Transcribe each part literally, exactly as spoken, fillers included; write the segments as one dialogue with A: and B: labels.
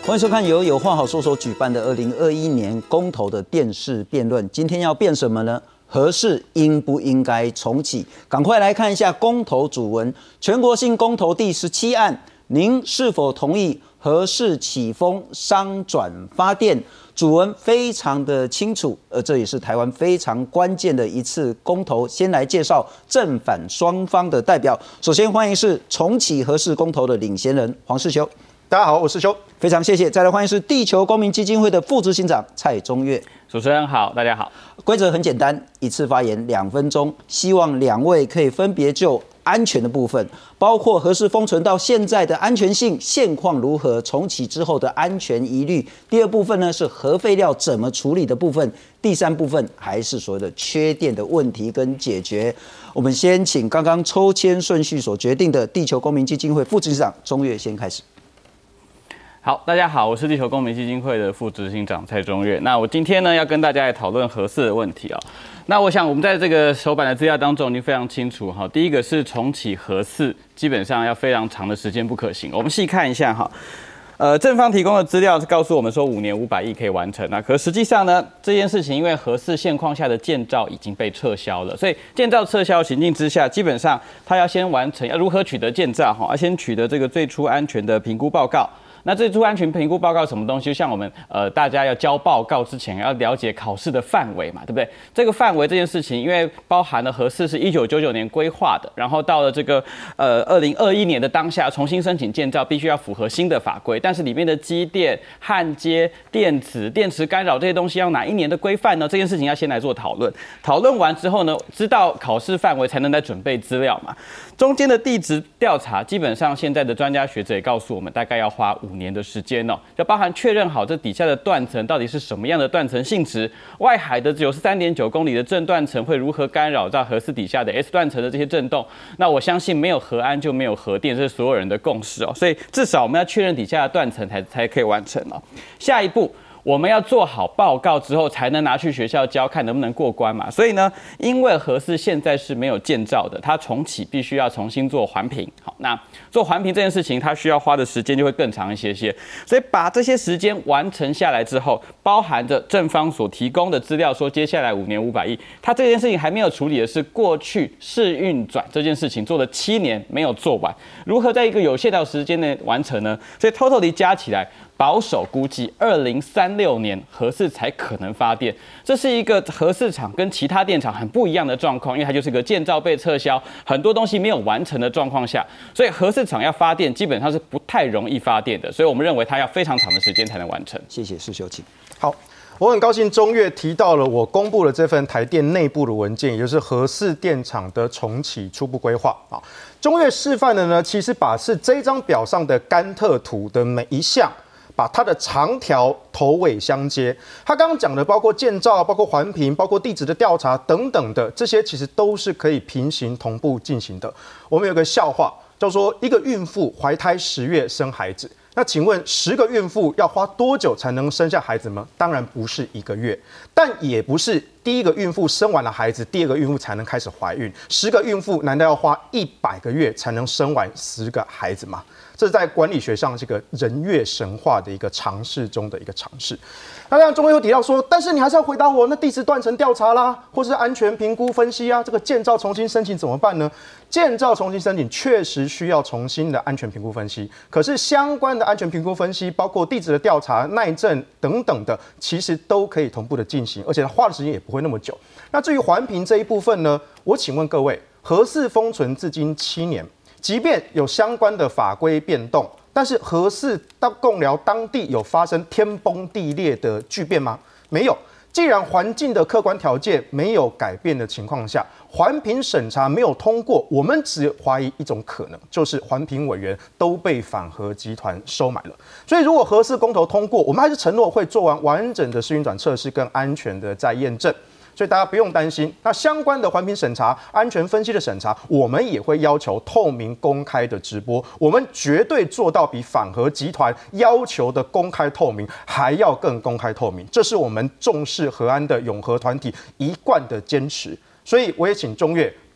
A: 欢迎收看由有话好说所举办的二零二一年公投的电视辩论。今天要辩什么呢？核四应不应该重启？赶快来看一下公投主文。全国性公投第十七案，您是否同意核四启封商转发电？主文非常的清楚，而这也是台湾非常关键的一次公投。先来介绍正反双方的代表。首先欢迎是重启核四公投的领衔人黄世修。
B: 大家好，我是修，
A: 非常谢谢。再来欢迎是地球公民基金会的副执行长蔡中岳。
C: 主持人好，大家好。
A: 规则很简单，一次发言两分钟，希望两位可以分别就安全的部分，包括核四封存到现在的安全性现况如何，重启之后的安全疑虑。第二部分呢是核废料怎么处理的部分。第三部分还是所谓的缺电的问题跟解决。我们先请刚刚抽签顺序所决定的地球公民基金会副执行长中岳先开始。
C: 好，大家好，我是地球公民基金会的副执行长蔡中岳。那我今天呢要跟大家来讨论核四的问题啊、哦。那我想我们在这个手板的资料当中已经非常清楚哈。第一个是重启核四，基本上要非常长的时间不可行。我们细看一下哈。呃，正方提供的资料是告诉我们说五年五百亿可以完成啊，可实际上呢，这件事情因为核四现况下的建造已经被撤销了，所以建造撤销情境之下，基本上它要先完成，要如何取得建造哈，要先取得这个最初安全的评估报告。那最初安全评估报告什么东西？就像我们呃大家要交报告之前要了解考试的范围嘛，对不对？这个范围这件事情，因为包含了核四是一九九九年规划的，然后到了这个呃二零二一年的当下重新申请建造，必须要符合新的法规，但是里面的机电、焊接、电池、电池干扰这些东西要哪一年的规范呢？这件事情要先来做讨论。讨论完之后呢，知道考试范围才能来准备资料嘛。中间的地质调查，基本上现在的专家学者也告诉我们，大概要花五年的时间哦，就包含确认好这底下的断层到底是什么样的断层性质，外海的九十三点九公里的正断层会如何干扰到核四底下的 S 断层的这些震动。那我相信没有核安就没有核电，这是所有人的共识哦。所以至少我们要确认底下的断层才才可以完成哦。下一步。我们要做好报告之后，才能拿去学校交，看能不能过关嘛。所以呢，因为核四现在是没有建造的，它重启必须要重新做环评。好，那做环评这件事情，它需要花的时间就会更长一些些。所以把这些时间完成下来之后，包含着正方所提供的资料，说接下来五年五百亿，它这件事情还没有处理的是过去试运转这件事情做了七年没有做完，如何在一个有限的时间内完成呢？所以 totally 加起来。保守估计，二零三六年核四才可能发电。这是一个核四厂跟其他电厂很不一样的状况，因为它就是个建造被撤销，很多东西没有完成的状况下，所以核四厂要发电基本上是不太容易发电的。所以我们认为它要非常长的时间才能完成。
A: 谢谢世修，请。
B: 好，我很高兴中岳提到了我公布了这份台电内部的文件，也就是核四电厂的重启初步规划啊。中岳示范的呢，其实把是这张表上的甘特图的每一项。把它的长条头尾相接，他刚刚讲的包括建造、包括环评、包括地质的调查等等的，这些其实都是可以平行同步进行的。我们有个笑话，叫做一个孕妇怀胎十月生孩子，那请问十个孕妇要花多久才能生下孩子吗？当然不是一个月，但也不是第一个孕妇生完了孩子，第二个孕妇才能开始怀孕。十个孕妇难道要花一百个月才能生完十个孩子吗？这是在管理学上这个人月神话的一个尝试中的一个尝试。那当然，中岳又提到说，但是你还是要回答我，那地质断层调查啦，或是安全评估分析啊，这个建造重新申请怎么办呢？建造重新申请确实需要重新的安全评估分析，可是相关的安全评估分析，包括地质的调查、耐震等等的，其实都可以同步的进行，而且花的时间也不会那么久。那至于环评这一部分呢，我请问各位，核四封存至今七年。即便有相关的法规变动，但是核四到贡寮当地有发生天崩地裂的巨变吗？没有。既然环境的客观条件没有改变的情况下，环评审查没有通过，我们只怀疑一种可能，就是环评委员都被反核集团收买了。所以，如果核四公投通过，我们还是承诺会做完完整的试运转测试跟安全的再验证。所以大家不用担心。那相关的环评审查、安全分析的审查，我们也会要求透明公开的直播，我们绝对做到比反核集团要求的公开透明还要更公开透明。这是我们重视核安的永和团体一贯的坚持。所以我也请中岳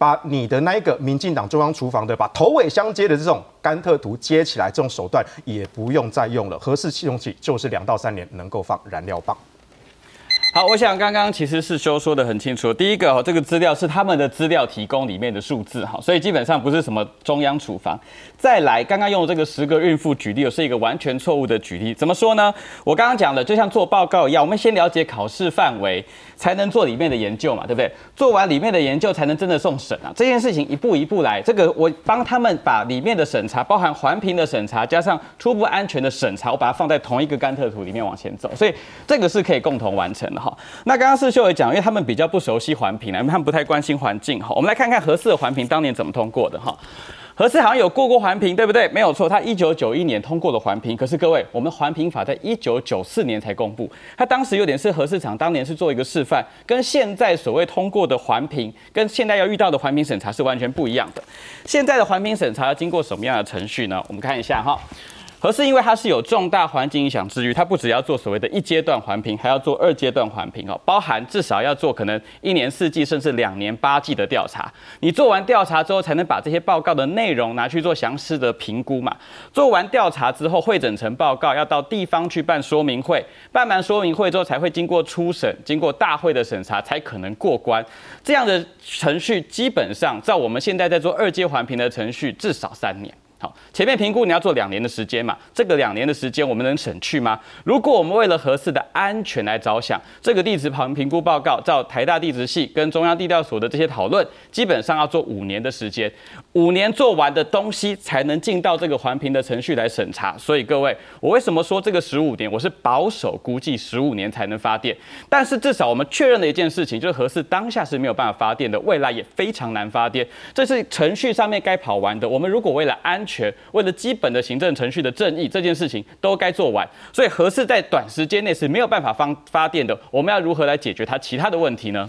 B: 把你的那一个民进党中央厨房的把头尾相接的这种甘特图接起来，这种手段也不用再用了。核四重启就是两到三年能够放燃料棒。
C: 好，我想刚刚其实世修说的很清楚。第一个，这个资料是他们的资料提供里面的数字，哈，所以基本上不是什么中央处方。再来，刚刚用这个十个孕妇举例，是一个完全错误的举例。怎么说呢？我刚刚讲的，就像做报告一样，我们先了解考试范围，才能做里面的研究嘛，对不对？做完里面的研究，才能真的送审啊。这件事情一步一步来，这个我帮他们把里面的审查，包含环评的审查，加上初步安全的审查，我把它放在同一个甘特图里面往前走，所以这个是可以共同完成的。那刚刚世修也讲，因为他们比较不熟悉环评，因为他们不太关心环境哈。我们来看看核四的环评当年怎么通过的哈。核四好像有过过环评，对不对？没有错，它一九九一年通过了环评。可是各位，我们环评法在一九九四年才公布，它当时有点是核四厂当年是做一个示范，跟现在所谓通过的环评，跟现在要遇到的环评审查是完全不一样的。现在的环评审查要经过什么样的程序呢？我们看一下哈。核四因为它是有重大环境影响之余，它不只要做所谓的一阶段环评，还要做二阶段环评哦，包含至少要做可能一年四季甚至两年八季的调查。你做完调查之后，才能把这些报告的内容拿去做详细的评估嘛。做完调查之后，汇整成报告，要到地方去办说明会，办完说明会之后，才会经过初审，经过大会的审查，才可能过关。这样的程序基本上，照我们现在在做二阶环评的程序，至少三年。好，前面评估你要做两年的时间嘛，这个两年的时间我们能省去吗？如果我们为了核四的安全来着想，这个地质评评估报告照台大地质系跟中央地调所的这些讨论，基本上要做五年的时间，五年做完的东西才能进到这个环评的程序来审查。所以各位，我为什么说这个十五年？我是保守估计十五年才能发电，但是至少我们确认的一件事情，就是核四当下是没有办法发电的，未来也非常难发电，这是程序上面该跑完的。我们如果为了安全，为了基本的行政程序的正义，这件事情都该做完，所以核四在短时间内是没有办法发发电的。我们要如何来解决它其他的问题呢？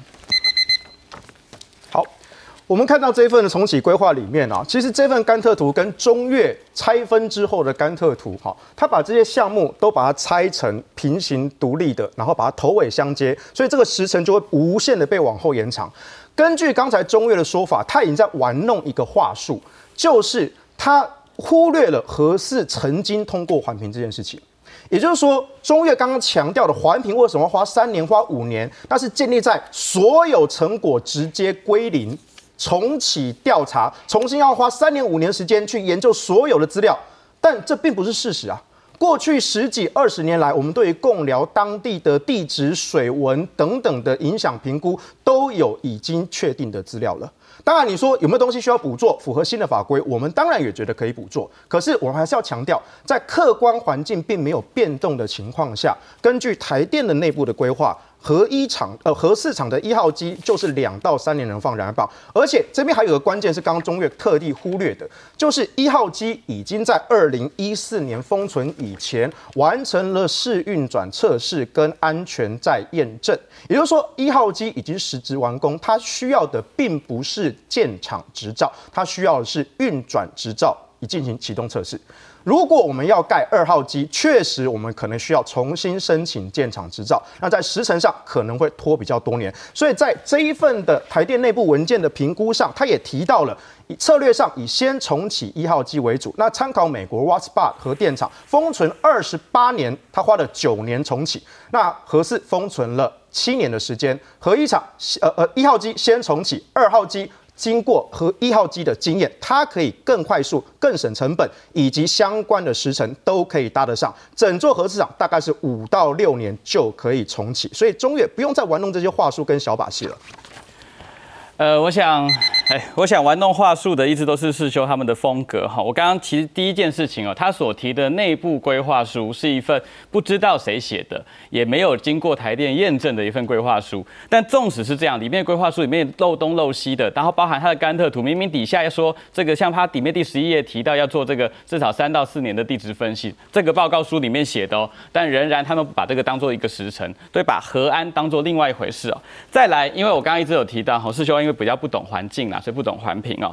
B: 好，我们看到这份的重启规划里面啊，其实这份甘特图跟中越拆分之后的甘特图，哈，它把这些项目都把它拆成平行独立的，然后把它头尾相接，所以这个时程就会无限的被往后延长。根据刚才中越的说法，他已经在玩弄一个话术，就是他忽略了核四曾经通过环评这件事情，也就是说，中越刚刚强调的环评为什么花三年、花五年，那是建立在所有成果直接归零，重启调查，重新要花三年、五年时间去研究所有的资料，但这并不是事实啊。过去十几二十年来，我们对于贡寮当地的地质、水文等等的影响评估，都有已经确定的资料了。当然，你说有没有东西需要补做，符合新的法规，我们当然也觉得可以补做。可是我们还是要强调，在客观环境并没有变动的情况下，根据台电的内部的规划，核一厂呃核四厂的一号机就是两到三年能放燃料棒，而且这边还有个关键是刚刚中越特地忽略的，就是一号机已经在二零一四年封存以前完成了试运转测试跟安全再验证，也就是说一号机已经实质完工，它需要的并不是建厂执照，它需要的是运转执照以进行启动测试。如果我们要盖二号机，确实我们可能需要重新申请建厂执照，那在时程上可能会拖比较多年。所以在这一份的台电内部文件的评估上，它也提到了以策略上以先重启一号机为主。那参考美国 Wattsboro 核电厂封存二十八年，它花了九年重启。那核四封存了七年的时间，核一厂呃呃一号机先重启，二号机经过核一号机的经验，它可以更快速、更省成本，以及相关的时程都可以搭得上。整座核四厂大概是五到六年就可以重启，所以中越不用再玩弄这些话术跟小把戏了。
C: 呃，我想，哎，我想玩弄话术的一直都是世修他们的风格哈。我刚刚其实第一件事情哦，他所提的内部规划书是一份不知道谁写的，也没有经过台电验证的一份规划书。但纵使是这样，里面的规划书里面漏东漏西的，然后包含它的甘特图，明明底下要说这个，像它里面第十一页提到要做这个至少三到四年的地质分析，这个报告书里面写的哦，但仍然他们把这个当做一个时程，对，把核安当做另外一回事哦。再来，因为我刚刚一直有提到哈，世修因为比较不懂环境啦，所以不懂环评哦。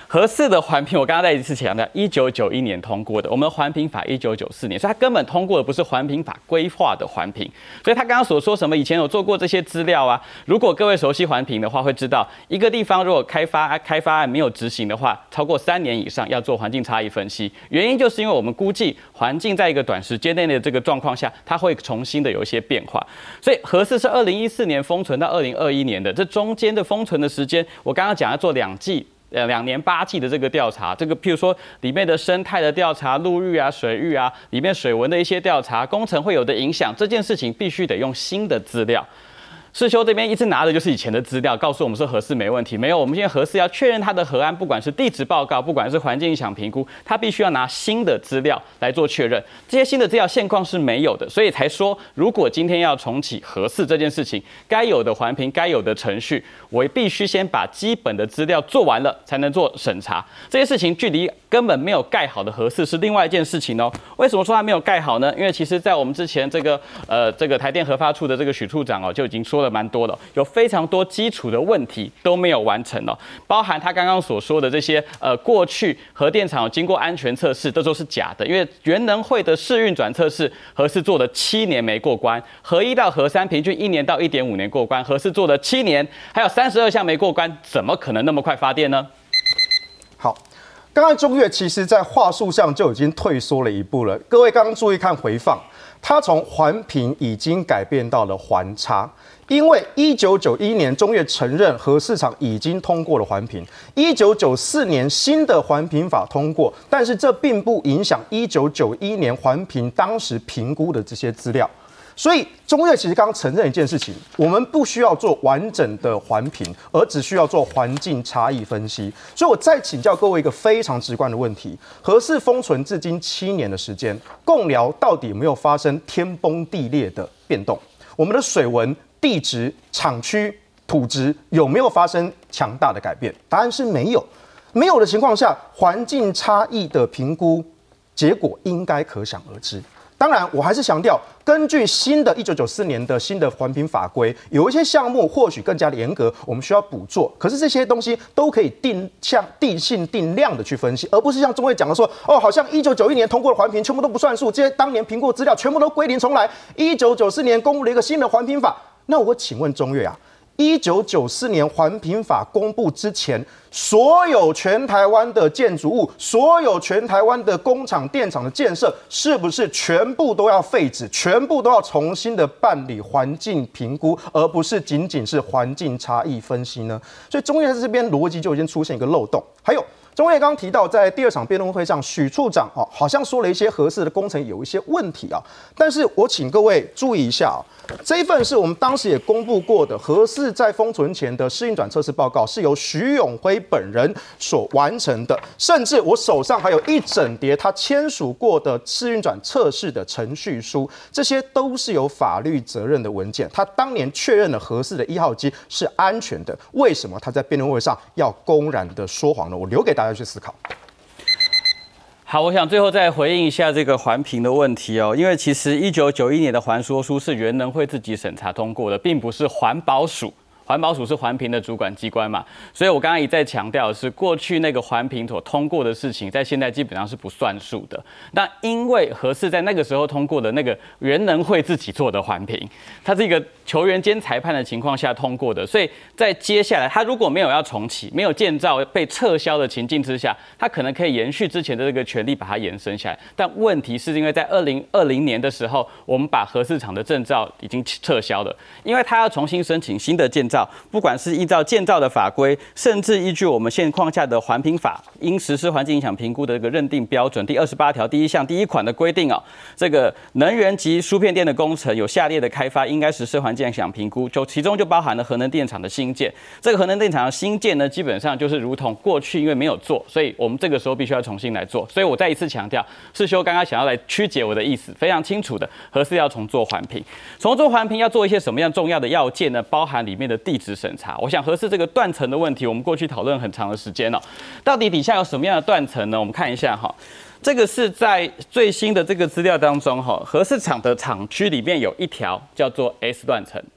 C: 核四的环评，我刚刚再一次强调，一九九一年通过的，我们的环评法一九九四年，所以它根本通过的不是环评法规划的环评。所以他刚刚所说什么以前有做过这些资料啊，如果各位熟悉环评的话，会知道一个地方如果开发开发案没有执行的话，超过三年以上要做环境差异分析。原因就是因为我们估计环境在一个短时间内的这个状况下，它会重新的有一些变化。所以核四是二零一四年封存到二零二一年的，这中间的封存的时间，我刚刚讲要做两季。呃，两年八季的这个调查，这个譬如说里面的生态的调查、陆域啊、水域啊，里面水文的一些调查，工程会有的影响，这件事情必须得用新的资料。世修这边一直拿的就是以前的资料，告诉我们说核四没问题，没有。我们现在核四要确认它的核安，不管是地质报告，不管是环境影响评估，它必须要拿新的资料来做确认。这些新的资料现况是没有的，所以才说，如果今天要重启核四这件事情，该有的环评、该有的程序，我必须先把基本的资料做完了，才能做审查。这些事情距离根本没有盖好的核四是另外一件事情哦。为什么说它没有盖好呢？因为其实在我们之前这个呃这个台电核发处的这个许处长哦，就已经说了蛮多的，有非常多基础的问题都没有完成哦，包含他刚刚所说的这些呃过去核电厂有经过安全测试，这都是假的，因为原能会的试运转测试，核四做了七年没过关，核一到核三平均一年到一点五年过关，核四做了七年，还有三十二项没过关，怎么可能那么快发电呢？
B: 好。刚刚中岳其实在话术上就已经退缩了一步了，各位刚刚注意看回放，它从环评已经改变到了环差，因为一九九一年中岳承认核市场已经通过了环评，一九九四年新的环评法通过，但是这并不影响一九九一年环评当时评估的这些资料。所以中岳其实刚刚承认一件事情，我们不需要做完整的环评，而只需要做环境差异分析。所以我再请教各位一个非常直观的问题：核四封存至今七年的时间，贡寮到底有没有发生天崩地裂的变动？我们的水文、地质、厂区、土质有没有发生强大的改变？答案是没有。没有的情况下，环境差异的评估结果应该可想而知。当然，我还是强调，根据新的一九九四年的新的环评法规，有一些项目或许更加的严格，我们需要补做。可是这些东西都可以定向定性定量的去分析，而不是像中岳讲的说，哦，好像一九九一年通过的环评全部都不算数，这些当年评过资料全部都归零重来。一九九四年公布了一个新的环评法，那我请问中岳啊，一九九四年环评法公布之前，所有全台湾的建筑物，所有全台湾的工厂、电厂的建设，是不是全部都要废止，全部都要重新的办理环境评估，而不是仅仅是环境差异分析呢？所以中岳在这边逻辑就已经出现一个漏洞。还有，中岳刚刚提到，在第二场辩论会上，许处长哦，好像说了一些核四的工程有一些问题啊。但是我请各位注意一下啊，这一份是我们当时也公布过的核四在封存前的试运转测试报告，是由徐永辉本人所完成的，甚至我手上还有一整叠他签署过的试运转测试的程序书，这些都是有法律责任的文件。他当年确认了核四的一号机是安全的，为什么他在辩论会上要公然的说谎呢？我留给大家去思考。
C: 好，我想最后再回应一下这个环评的问题哦，因为其实一九九一年的环说书是原能会自己审查通过的，并不是环保署。环保署是环评的主管机关嘛，所以我刚刚一再强调的是，过去那个环评所通过的事情，在现在基本上是不算数的。那因为核四在那个时候通过的那个原能会自己做的环评，它是一个球员兼裁判的情况下通过的，所以在接下来他如果没有要重启、没有建造被撤销的情境之下，他可能可以延续之前的这个权利把它延伸下来。但问题是因为在二零二零年的时候，我们把核四厂的证照已经撤销了，因为他要重新申请新的建造。不管是依照建造的法规，甚至依据我们现况下的环评法应实施环境影响评估的这个认定标准第二十八条第一项第一款的规定哦，这个能源及输片电的工程有下列的开发应该实施环境影响评估，就其中就包含了核能电厂的新建。这个核能电厂的新建呢，基本上就是如同过去因为没有做，所以我们这个时候必须要重新来做。所以我再一次强调，世修刚刚想要来曲解我的意思，非常清楚的，核四要重做环评，重做环评要做一些什么样重要的要件呢？包含里面的地质审查，我想核四这个断层的问题，我们过去讨论很长的时间哦。到底底下有什么样的断层呢？我们看一下哈，这个是在最新的这个资料当中哈，核四厂的厂区里面有一条叫做 S 断层，好，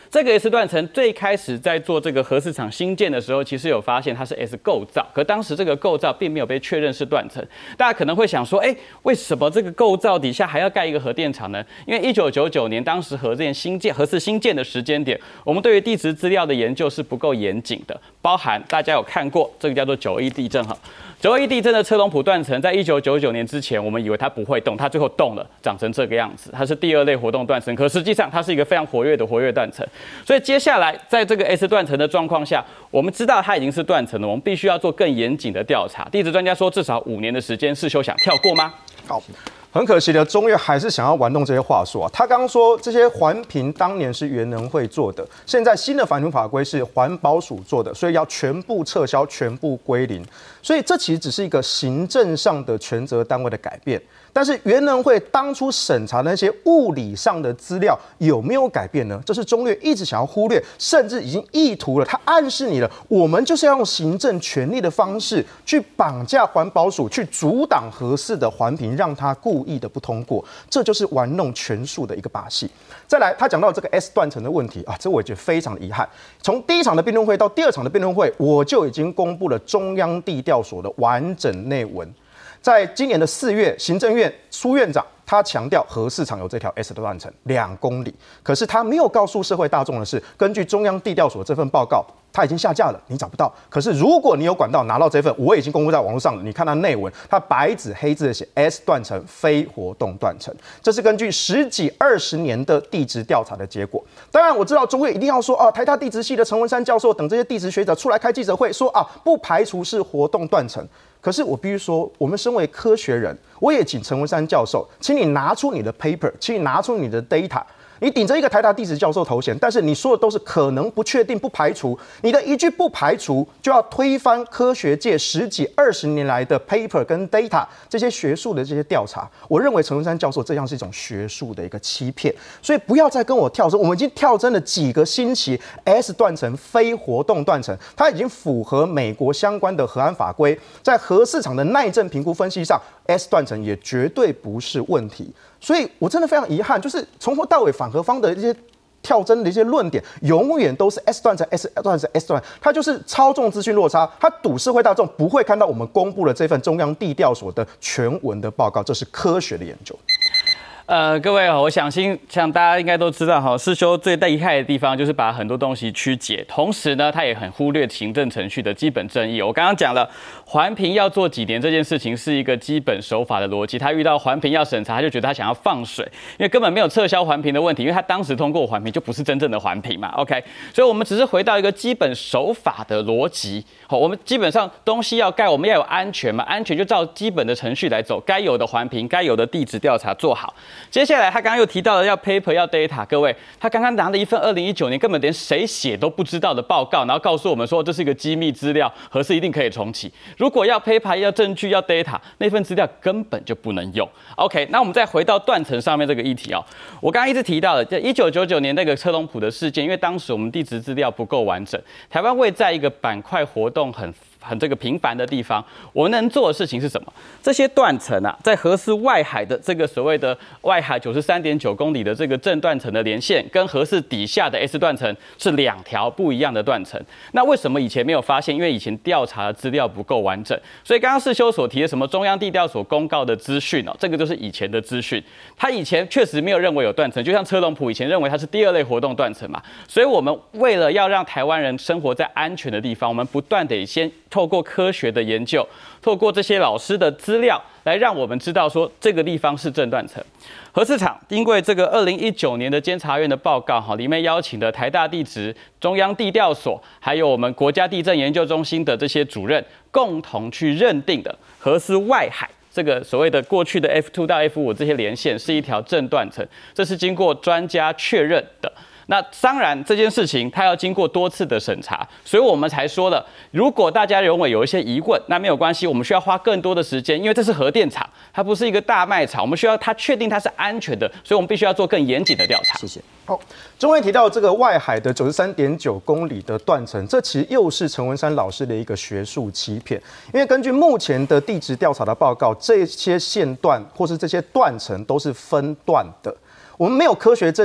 C: 这个 S 断层最开始在做这个核市场新建的时候，其实有发现它是 S 构造，可当时这个构造并没有被确认是断层。大家可能会想说，哎，为什么这个构造底下还要盖一个核电厂呢？因为一九九九年当时核电新建、核四新建的时间点，我们对于地质资料的研究是不够严谨的，包含大家有看过这个叫做九二一地震哈。九二一地震的车龙埔断层，在一九九九年之前，我们以为它不会动，它最后动了，长成这个样子。它是第二类活动断层，可实际上它是一个非常活跃的活跃断层。所以接下来在这个 S 断层的状况下，我们知道它已经是断层了，我们必须要做更严谨的调查。地质专家说，至少五年的时间，世修想跳过吗？
B: 好。很可惜的，中岳还是想要玩弄这些话术啊。他刚刚说这些环评当年是原能会做的，现在新的环评法规是环保署做的，所以要全部撤销、全部归零。所以这其实只是一个行政上的权责单位的改变。但是原能会当初审查的那些物理上的资料有没有改变呢？这是中岳一直想要忽略，甚至已经意图了，他暗示你了，我们就是要用行政权力的方式去绑架环保署，去阻挡核四的环评，让他故意的不通过，这就是玩弄权术的一个把戏。再来，他讲到这个 S 断层的问题啊，这我也觉得非常的遗憾。从第一场的辩论会到第二场的辩论会，我就已经公布了中央地调所的完整内文。在今年的四月，行政院苏院长他强调核四厂有这条 S 的断层两公里，可是他没有告诉社会大众的是，根据中央地调所这份报告，它已经下架了，你找不到。可是如果你有管道拿到这份，我已经公布在网络上了，你看它内文，它白纸黑字的写 S 断层非活动断层，这是根据十几二十年的地质调查的结果。当然我知道中岳一定要说啊，台大地质系的陈文山教授等这些地质学者出来开记者会说啊，不排除是活动断层。可是我必须说，我们身为科学人，我也请陈文山教授，请你拿出你的 paper， 请你拿出你的 data。你顶着一个台大地质教授头衔，但是你说的都是可能、不确定、不排除。你的一句不排除，就要推翻科学界十几二十年来的 paper 跟 data 这些学术的这些调查。我认为陈文山教授这样是一种学术的一个欺骗，所以不要再跟我跳针。我们已经跳针了几个星期 ，S 断层非活动断层，它已经符合美国相关的核安法规，在核市场的耐震评估分析上 ，S 断层也绝对不是问题。所以我真的非常遗憾，就是从头到尾反核方的一些跳针的一些论点，永远都是 S 断层、S 断层、S 断层，它就是操纵资讯落差，它赌社会大众不会看到我们公布了这份中央地调所的全文的报告，这是科学的研究。
C: 呃，各位哦，我相信像大家应该都知道哈，世修最厉害的地方就是把很多东西曲解，同时呢，他也很忽略行政程序的基本正义。我刚刚讲了，环评要做几年这件事情是一个基本手法的逻辑。他遇到环评要审查，他就觉得他想要放水，因为根本没有撤销环评的问题，因为他当时通过环评就不是真正的环评嘛。OK， 所以我们只是回到一个基本手法的逻辑。好，我们基本上东西要盖，我们要有安全嘛，安全就照基本的程序来走，该有的环评，该有的地质调查做好。接下来，他刚刚又提到了要 paper 要 data， 各位，他刚刚拿了一份二零一九年根本连谁写都不知道的报告，然后告诉我们说这是一个机密资料，核四一定可以重启。如果要 paper 要证据要 data， 那份资料根本就不能用。OK， 那我们再回到断层上面这个议题哦，我刚刚一直提到的，在一九九九年那个车龙埔的事件，因为当时我们地质资料不够完整，台湾位在一个板块活动很。很这个频繁的地方，我们能做的事情是什么？这些断层啊，在核四外海的这个所谓的外海九十三点九公里的这个正断层的连线，跟核四底下的 S 断层是两条不一样的断层。那为什么以前没有发现？因为以前调查的资料不够完整。所以刚刚世修所提的什么中央地调所公告的资讯哦，这个就是以前的资讯。他以前确实没有认为有断层，就像车龙埔以前认为它是第二类活动断层嘛。所以我们为了要让台湾人生活在安全的地方，我们不断得先透过科学的研究，透过这些老师的资料，来让我们知道说这个地方是正断层。核四厂因为这个二零一九年的监察院的报告，哈，里面邀请的台大地质、中央地调所，还有我们国家地震研究中心的这些主任，共同去认定的核四外海。这个所谓的过去的 F 二 到 F 五这些连线是一条正断层，这是经过专家确认的。那当然，这件事情它要经过多次的审查，所以我们才说了，如果大家认为有一些疑问，那没有关系，我们需要花更多的时间，因为这是核电厂，它不是一个大卖场，我们需要它确定它是安全的，所以我们必须要做更严谨的调查。
A: 谢谢。
B: 好，中岳提到这个外海的九十三点九公里的断层，这其实又是陈文山老师的一个学术欺骗，因为根据目前的地质调查的报告，这些线段或是这些断层都是分段的。我们没有科学证据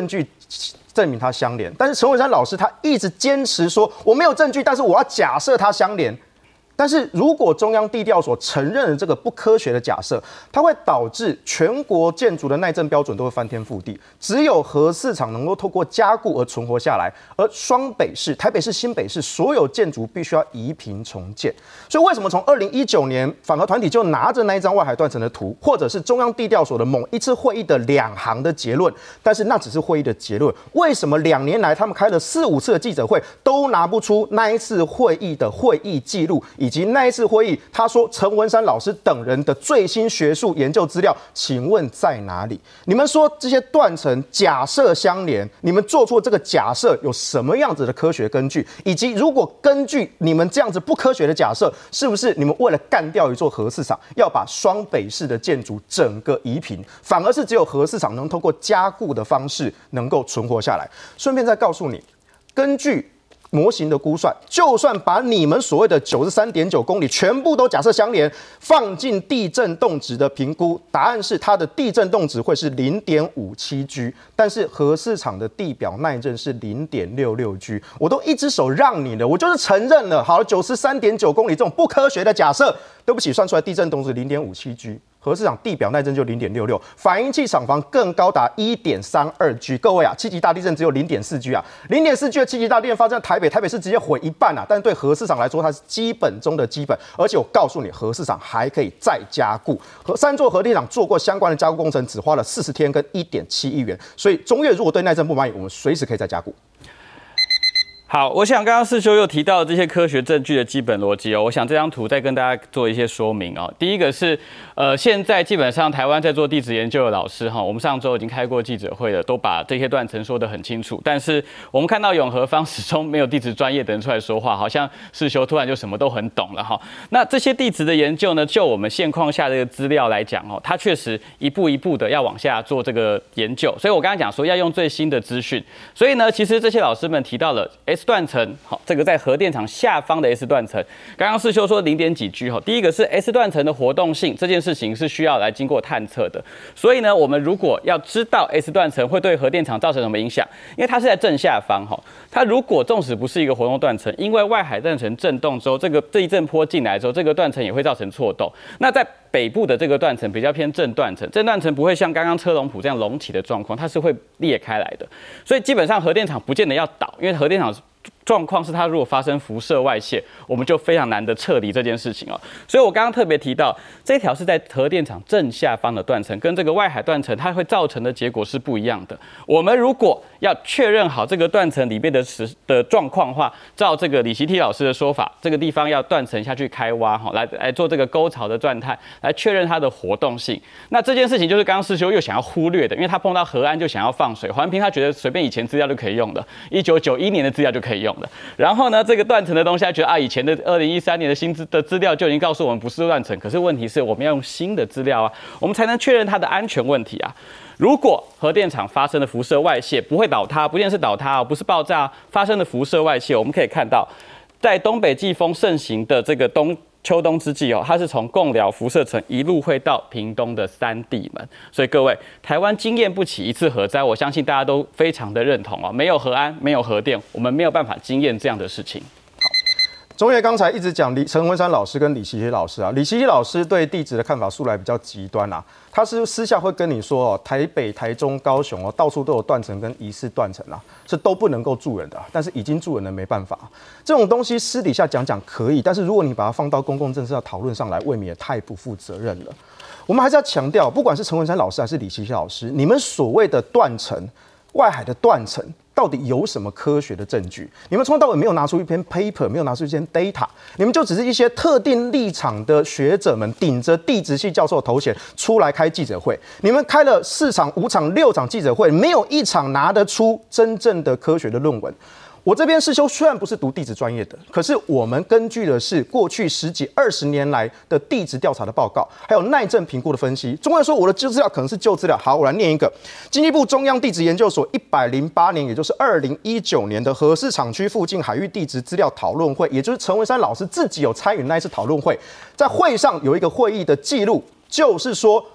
B: 证明它相连。但是陈文山老师他一直坚持说我没有证据，但是我要假设它相连。但是如果中央地调所承认了这个不科学的假设，它会导致全国建筑的耐震标准都会翻天覆地。只有核四厂能够透过加固而存活下来，而双北市、台北市、新北市所有建筑必须要移平重建。所以为什么从二零一九年反核团体就拿着那一张外海断层的图，或者是中央地调所的某一次会议的两行的结论，但是那只是会议的结论。为什么两年来他们开了四五次的记者会，都拿不出那一次会议的会议记录？以及那一次会议，他说陈文山老师等人的最新学术研究资料，请问在哪里？你们说这些断层假设相连，你们做出这个假设有什么样子的科学根据？以及如果根据你们这样子不科学的假设，是不是你们为了干掉一座核四厂，要把双北市的建筑整个移平，反而是只有核四厂能透过加固的方式能够存活下来？顺便再告诉你，根据模型的估算，就算把你们所谓的九十三点九公里全部都假设相连，放进地震动值的评估，答案是它的地震动值会是零点五七 G， 但是核四厂的地表耐震是零点六六 G。我都一只手让你了，我就是承认了。好了，九十三点九公里这种不科学的假设，对不起，算出来地震动值零点五七 G。核四厂地表耐震就零点六六，反应器厂房更高达一点三二 G。各位啊，七级大地震只有零点四 G 啊，零点四 G 的七级大地震发生在台北，台北市直接毁一半啊。但是对核四厂来说，它是基本中的基本，而且我告诉你，核四厂还可以再加固。核三座核电厂做过相关的加固工程，只花了四十天跟一点七亿元。所以中越如果对耐震不满意，我们随时可以再加固。
C: 好，我想刚刚世修又提到这些科学证据的基本逻辑哦，我想这张图再跟大家做一些说明哦。第一个是，呃，现在基本上台湾在做地质研究的老师哈，我们上周已经开过记者会了，都把这些断层说得很清楚。但是我们看到永和方始终没有地质专业的人出来说话，好像世修突然就什么都很懂了哈。那这些地质的研究呢，就我们现况下这个资料来讲哦，它确实一步一步的要往下做这个研究。所以我刚才讲说要用最新的资讯，所以呢，其实这些老师们提到了 S 断层，好，这个在核电厂下方的 S 断层，刚刚世修说零点几 G 哈，第一个是 S 断层的活动性这件事情是需要来经过探测的，所以呢，我们如果要知道 S 断层会对核电厂造成什么影响，因为它是在正下方哈，它如果纵使不是一个活动断层，因为外海断层震动之后，这个这一阵波进来之后，这个断层也会造成错动，那在北部的这个断层比较偏正断层，正断层不会像刚刚车龙埔这样隆起的状况，它是会裂开来的，所以基本上核电厂不见得要倒，因为核电厂状况是它如果发生辐射外泄，我们就非常难的撤离这件事情哦。所以我刚刚特别提到，这条是在核电厂正下方的断层，跟这个外海断层它会造成的结果是不一样的。我们如果要确认好这个断层里面的实的状况的话，照这个李习题老师的说法，这个地方要断层下去开挖哈，来来做这个沟槽的钻探，来确认它的活动性。那这件事情就是刚刚世修又想要忽略的，因为他碰到核安就想要放水，环评他觉得随便以前资料就可以用的，一九九一年的资料就可以用。然后呢，这个断层的东西，他觉得啊，以前的二零一三年的新资的资料就已经告诉我们不是断层。可是问题是我们要用新的资料啊，我们才能确认它的安全问题啊。如果核电厂发生的辐射外泄不会倒塌，不见是倒塌，不是爆炸，发生的辐射外泄，我们可以看到，在东北季风盛行的这个冬。秋冬之际哦，它是从贡寮辐射层一路会到屏东的三地门，所以各位，台湾经验不起一次核灾，我相信大家都非常的认同哦。没有核安，没有核电，我们没有办法经验这样的事情。
B: 中岳刚才一直讲李陈文山老师跟李习习老师啊，李习习老师对地质的看法素来比较极端啊，他是私下会跟你说哦，台北、台中、高雄哦，到处都有断层跟疑似断层啊，是都不能够住人的，但是已经住人的没办法。这种东西私底下讲讲可以，但是如果你把它放到公共政治的讨论上来，未免也太不负责任了。我们还是要强调，不管是陈文山老师还是李习习老师，你们所谓的断层、外海的断层。到底有什么科学的证据？你们从头到尾没有拿出一篇 paper， 没有拿出一些 data， 你们就只是一些特定立场的学者们顶着地质系教授的头衔出来开记者会。你们开了四场、五场、六场记者会，没有一场拿得出真正的科学的论文。我这边世修虽然不是读地质专业的，可是我们根据的是过去十几二十年来的地质调查的报告，还有耐震评估的分析。中国人说我的旧资料可能是旧资料，好，我来念一个：经济部中央地质研究所一百零八年，也就是二零一九年的核四厂区附近海域地质资料讨论会，也就是陈文山老师自己有参与那一次讨论会，在会上有一个会议的记录。就是说，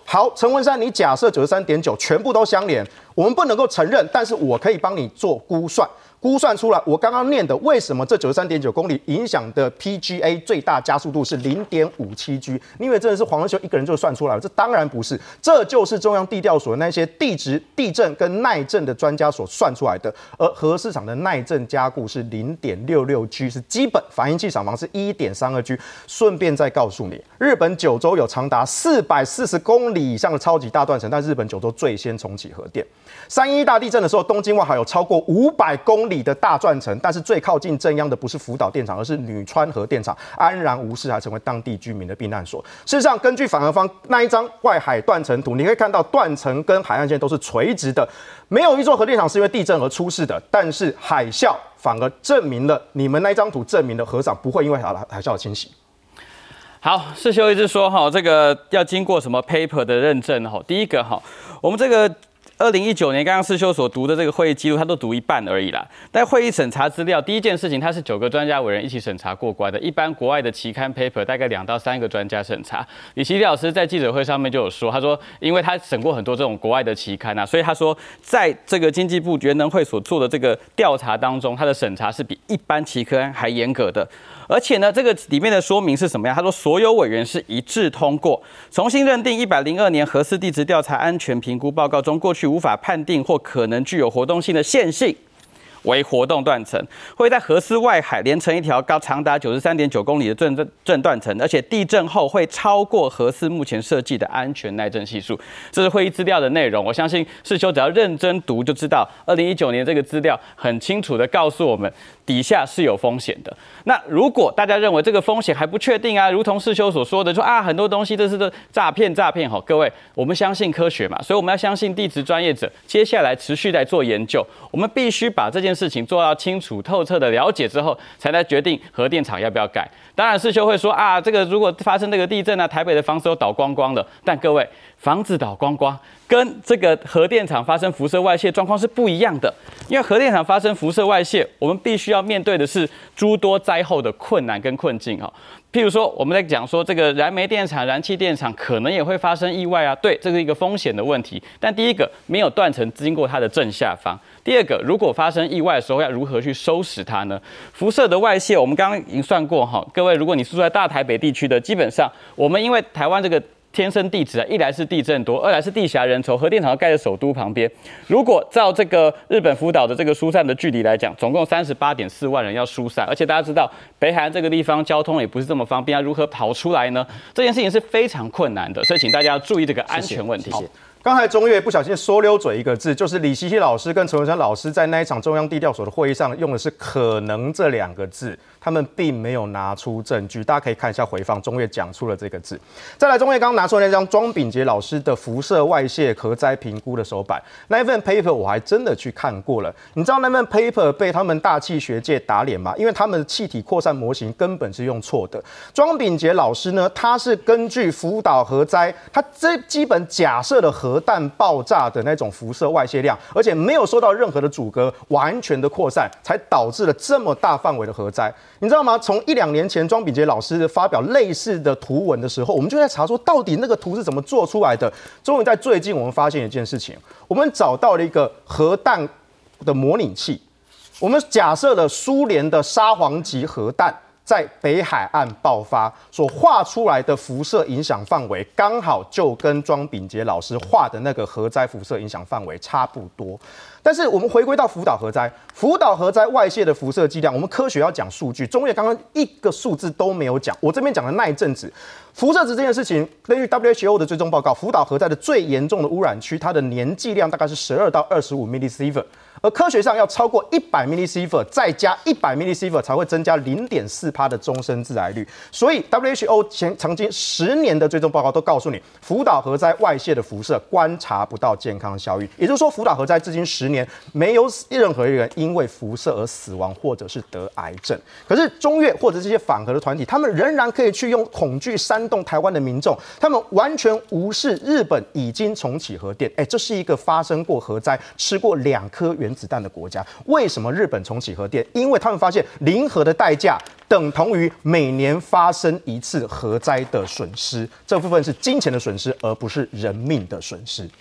B: 好，陈文山，你假设九十三点九全部都相连，我们不能够承认，但是我可以帮你做估算。估算出来，我刚刚念的为什么这九十三点九公里影响的 P G A 最大加速度是零点五七 G？ 你以为真的是黄仁修一个人就算出来了？这当然不是，这就是中央地调所那些地质、地震跟耐震的专家所算出来的。而核市场的耐震加固是零点六六 G， 是基本，反应器厂房是一点三二 G。顺便再告诉你，日本九州有长达四百四十公里以上的超级大断层，但日本九州最先重启核电。三一大地震的时候，东京湾还有超过五百公里的大断层，但是最靠近震央的不是福岛电厂，而是女川核电厂，安然无事，还成为当地居民的避难所。事实上，根据反核方那一张外海断层图，你可以看到断层跟海岸线都是垂直的，没有一座核电厂是因为地震而出事的，但是海啸反而证明了你们那张图证明了核厂不会因为海海啸的侵袭。
C: 好，世修一直说哈，这个要经过什么 paper 的认证哈，第一个哈，我们这个。二零一九年，刚刚世修所读的这个会议记录，他都读一半而已啦。但会议审查资料，第一件事情，它是九个专家委员一起审查过关的。一般国外的期刊 paper 大概两到三个专家审查。李希立老师在记者会上面就有说，他说，因为他审过很多这种国外的期刊啊，所以他说，在这个经济部原能会所做的这个调查当中，他的审查是比一般期刊还严格的。而且呢，这个里面的说明是什么样？他说，所有委员是一致通过，重新认定一百零二年核四地质调查安全评估报告中过去无法判定或可能具有活动性的线性为活动断层，会在核四外海连成一条高长达九十三点九公里的正正断层，而且地震后会超过核四目前设计的安全耐震系数。这是会议资料的内容，我相信世修只要认真读就知道，二零一九年这个资料很清楚的告诉我们。底下是有风险的。那如果大家认为这个风险还不确定啊，如同世修所说的，说啊很多东西这是的诈骗诈骗哈，各位，我们相信科学嘛，所以我们要相信地质专业者，接下来持续在做研究，我们必须把这件事情做到清楚透彻的了解之后，才来决定核电厂要不要盖。当然世修会说啊，这个如果发生这个地震啊，台北的房子都倒光光了，但各位，房子倒光光跟这个核电厂发生辐射外泄状况是不一样的，因为核电厂发生辐射外泄，我们必须要面对的是诸多灾后的困难跟困境哈。譬如说，我们在讲说这个燃煤电厂、燃气电厂可能也会发生意外啊，对，这是一个风险的问题。但第一个，没有断层经过它的正下方；第二个，如果发生意外的时候，要如何去收拾它呢？辐射的外泄，我们刚刚已经算过哈，各位，如果你是住在大台北地区的，基本上我们因为台湾这个。天生地质啊，一来是地震多，二来是地狭人稠，核电厂盖在首都旁边。如果照这个日本福岛的这个疏散的距离来讲，总共三十八点四万人要疏散，而且大家知道北海岸这个地方交通也不是这么方便，要如何跑出来呢？这件事情是非常困难的，所以请大家要注意这个安全问题。谢谢谢谢
B: 刚才中岳不小心说溜嘴一个字，就是李希希老师跟陈文山老师在那一场中央地调所的会议上用的是"可能"这两个字，他们并没有拿出证据。大家可以看一下回放，中岳讲出了这个字。再来，中岳刚刚拿出那张庄秉杰老师的辐射外泄核灾评估的手板，那一份 paper 我还真的去看过了。你知道那份 paper 被他们大气学界打脸吗？因为他们的气体扩散模型根本是用错的。庄秉杰老师呢，他是根据福岛核灾，他这基本假设的核核弹爆炸的那种辐射外泄量，而且没有受到任何的阻隔，完全的扩散，才导致了这么大范围的核灾。你知道吗？从一两年前庄秉杰老师发表类似的图文的时候，我们就在查说到底那个图是怎么做出来的。终于在最近，我们发现一件事情，我们找到了一个核弹的模拟器，我们假设了苏联的沙皇级核弹在北海岸爆发所画出来的辐射影响范围，刚好就跟庄秉杰老师画的那个核灾辐射影响范围差不多。但是我们回归到福岛核灾，福岛核灾外泄的辐射剂量，我们科学要讲数据，中岳刚刚一个数字都没有讲，我这边讲的那一阵子，辐射值这件事情，根据 W H O 的追踪报告，福岛核灾的最严重的污染区，它的年剂量大概是十二到二十五 millisievert。而科学上要超过一百 millisievert， 再加一百 millisievert 才会增加 零点四趴 的终身致癌率。所以 W H O 前曾经十年的追踪报告都告诉你，福岛核灾外泄的辐射观察不到健康效益，也就是说，福岛核灾至今十年没有任何一人因为辐射而死亡或者是得癌症。可是中岳或者这些反核的团体，他们仍然可以去用恐惧煽动台湾的民众，他们完全无视日本已经重启核电。哎，这是一个发生过核灾、吃过两颗原原子弹的国家，为什么日本重启核电？因为他们发现零核的代价等同于每年发生一次核灾的损失。这部分是金钱的损失，而不是人命的损失。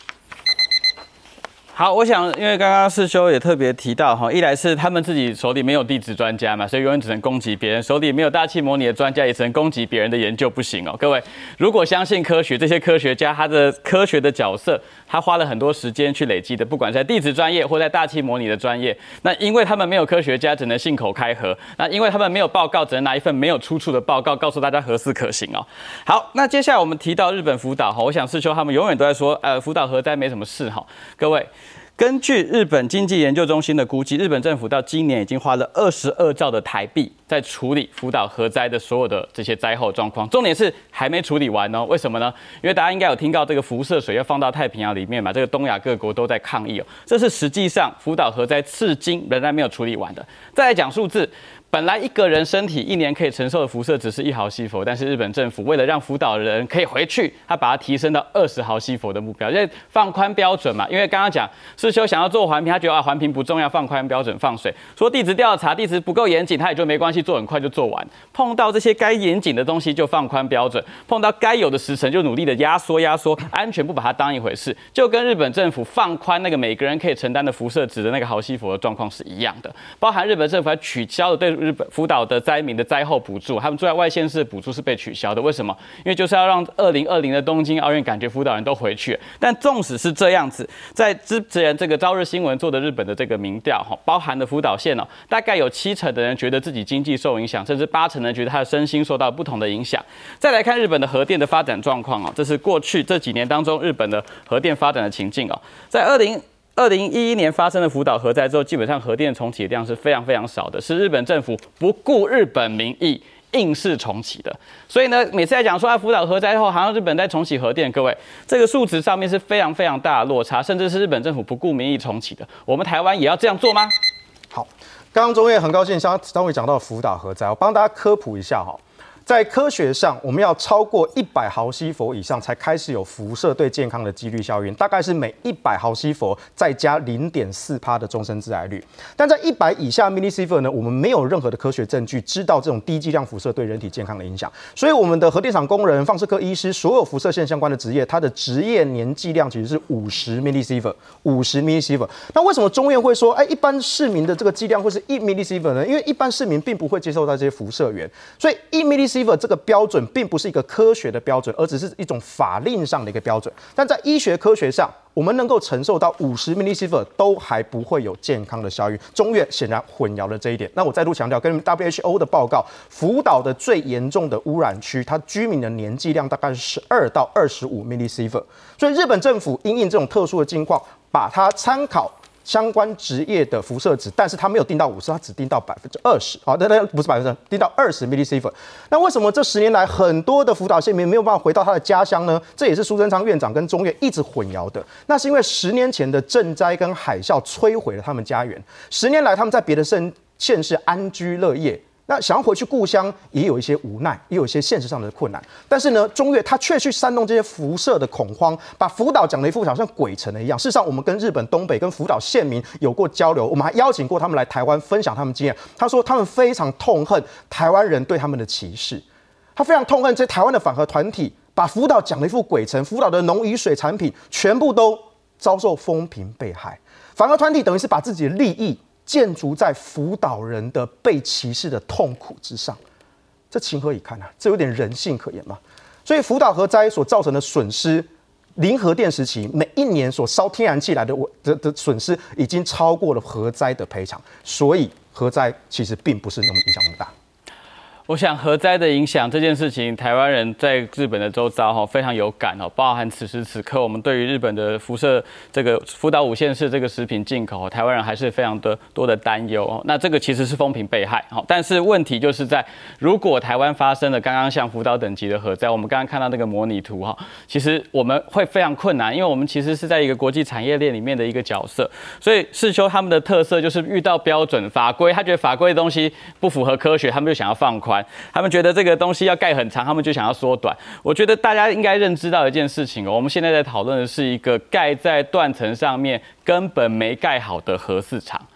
C: 好，我想，因为刚刚世修也特别提到哈，一来是他们自己手里没有地质专家嘛，所以永远只能攻击别人；手里没有大气模拟的专家，也只能攻击别人的研究，不行哦。各位，如果相信科学，这些科学家他的科学的角色，他花了很多时间去累积的，不管在地质专业或在大气模拟的专业，那因为他们没有科学家，只能信口开河；那因为他们没有报告，只能拿一份没有出处的报告告诉大家核四可行哦。好，那接下来我们提到日本福岛哈，我想世修他们永远都在说，呃，福岛核灾没什么事哈，各位。根据日本经济研究中心的估计，日本政府到今年已经花了二十二兆的台币在处理福岛核灾的所有的这些灾后状况。重点是还没处理完哦，为什么呢？因为大家应该有听到这个辐射水要放到太平洋里面嘛，这个东亚各国都在抗议哦。这是实际上福岛核灾至今仍然没有处理完的。再来讲数字。本来一个人身体一年可以承受的辐射只是一毫西弗，但是日本政府为了让福岛人可以回去，他把它提升到二十毫西弗的目标，因为放宽标准嘛。因为刚刚讲世修想要做环评，他觉得啊环评不重要，放宽标准放水，说地质调查地质不够严谨，他也就没关系，做很快就做完。碰到这些该严谨的东西就放宽标准，碰到该有的时程就努力的压缩压缩，安全不把它当一回事，就跟日本政府放宽那个每个人可以承担的辐射值的那个毫西弗的状况是一样的，包含日本政府还取消了对日本福岛的灾民的灾后补助，他们住在外县市的补助是被取消的。为什么？因为就是要让二零二零的东京奥运感觉福岛人都回去。但纵使是这样子，在之前这个朝日新闻做的日本的这个民调，包含的福岛县哦，大概有七成的人觉得自己经济受影响，甚至八成的人觉得他的身心受到不同的影响。再来看日本的核电的发展状况哦，这是过去这几年当中日本的核电发展的情境哦，在二零。二零一一年发生的福岛核灾之后，基本上核电重启的量是非常非常少的，是日本政府不顾日本民意硬是重启的。所以呢，每次在讲说啊，福岛核灾后好像日本在重启核电，各位这个数值上面是非常非常大的落差，甚至是日本政府不顾民意重启的。我们台湾也要这样做吗？
B: 好，刚刚中岳很高兴稍稍微讲到福岛核灾，我帮大家科普一下哈。在科学上，我们要超过一百毫西弗以上才开始有辐射对健康的几率效应，大概是每一百毫西弗再加零点四趴的终身致癌率。但在一百以下 millisiever 呢，我们没有任何的科学证据知道这种低剂量辐射对人体健康的影响。所以我们的核电厂工人、放射科医师，所有辐射线相关的职业，它的职业年剂量其实是五十 millisiever， 五十 millisiever。那为什么中院会说，哎，一般市民的这个剂量会是一 millisiever 呢？因为一般市民并不会接受到这些辐射源，所以一 millisiever这个标准并不是一个科学的标准，而只是一种法令上的一个标准。但在医学科学上，我们能够承受到五十 millisiever 都还不会有健康的效应。中越显然混淆了这一点。那我再度强调，跟 W H O 的报告，福岛的最严重的污染区，它居民的年剂量大概是十二到二十五 millisiever。所以日本政府因应这种特殊的境况，把它参考相关职业的辐射值，但是它没有定到五十，它只定到百分之二十。好，那那不是百分之，定到二十 millisiever。那为什么这十年来很多的福岛县民没有办法回到他的家乡呢？这也是苏贞昌院长跟中岳一直混淆的。那是因为十年前的震灾跟海啸摧毁了他们家园，十年来他们在别的县县市安居乐业。那想要回去故乡，也有一些无奈，也有一些现实上的困难。但是呢，中越他却去煽动这些辐射的恐慌，把福岛讲的一副好像鬼城了一样。事实上，我们跟日本东北跟福岛县民有过交流，我们还邀请过他们来台湾分享他们经验。他说他们非常痛恨台湾人对他们的歧视，他非常痛恨这些台湾的反核团体，把福岛讲的一副鬼城，福岛的农渔水产品全部都遭受风评被害。反核团体等于是把自己的利益建筑在福岛人的被歧视的痛苦之上，这情何以堪啊？这有点人性可言吗？所以福岛核灾所造成的损失，零核电时期每一年所烧天然气来的的的损失，已经超过了核灾的赔偿。所以核灾其实并不是那么影响那么大。
C: 我想核灾的影响这件事情，台湾人在日本的周遭哈非常有感哦，包含此时此刻我们对于日本的辐射这个福岛五县市这个食品进口，台湾人还是非常的多的担忧哦。那这个其实是风评被害哈，但是问题就是在如果台湾发生了刚刚像福岛等级的核灾，我们刚刚看到那个模拟图哈，其实我们会非常困难，因为我们其实是在一个国际产业链里面的一个角色，所以世修他们的特色就是遇到标准法规，他觉得法规的东西不符合科学，他们就想要放宽。他们觉得这个东西要盖很长，他们就想要缩短。我觉得大家应该认知到一件事情哦，我们现在在讨论的是一个盖在断层上面根本没盖好的核四厂。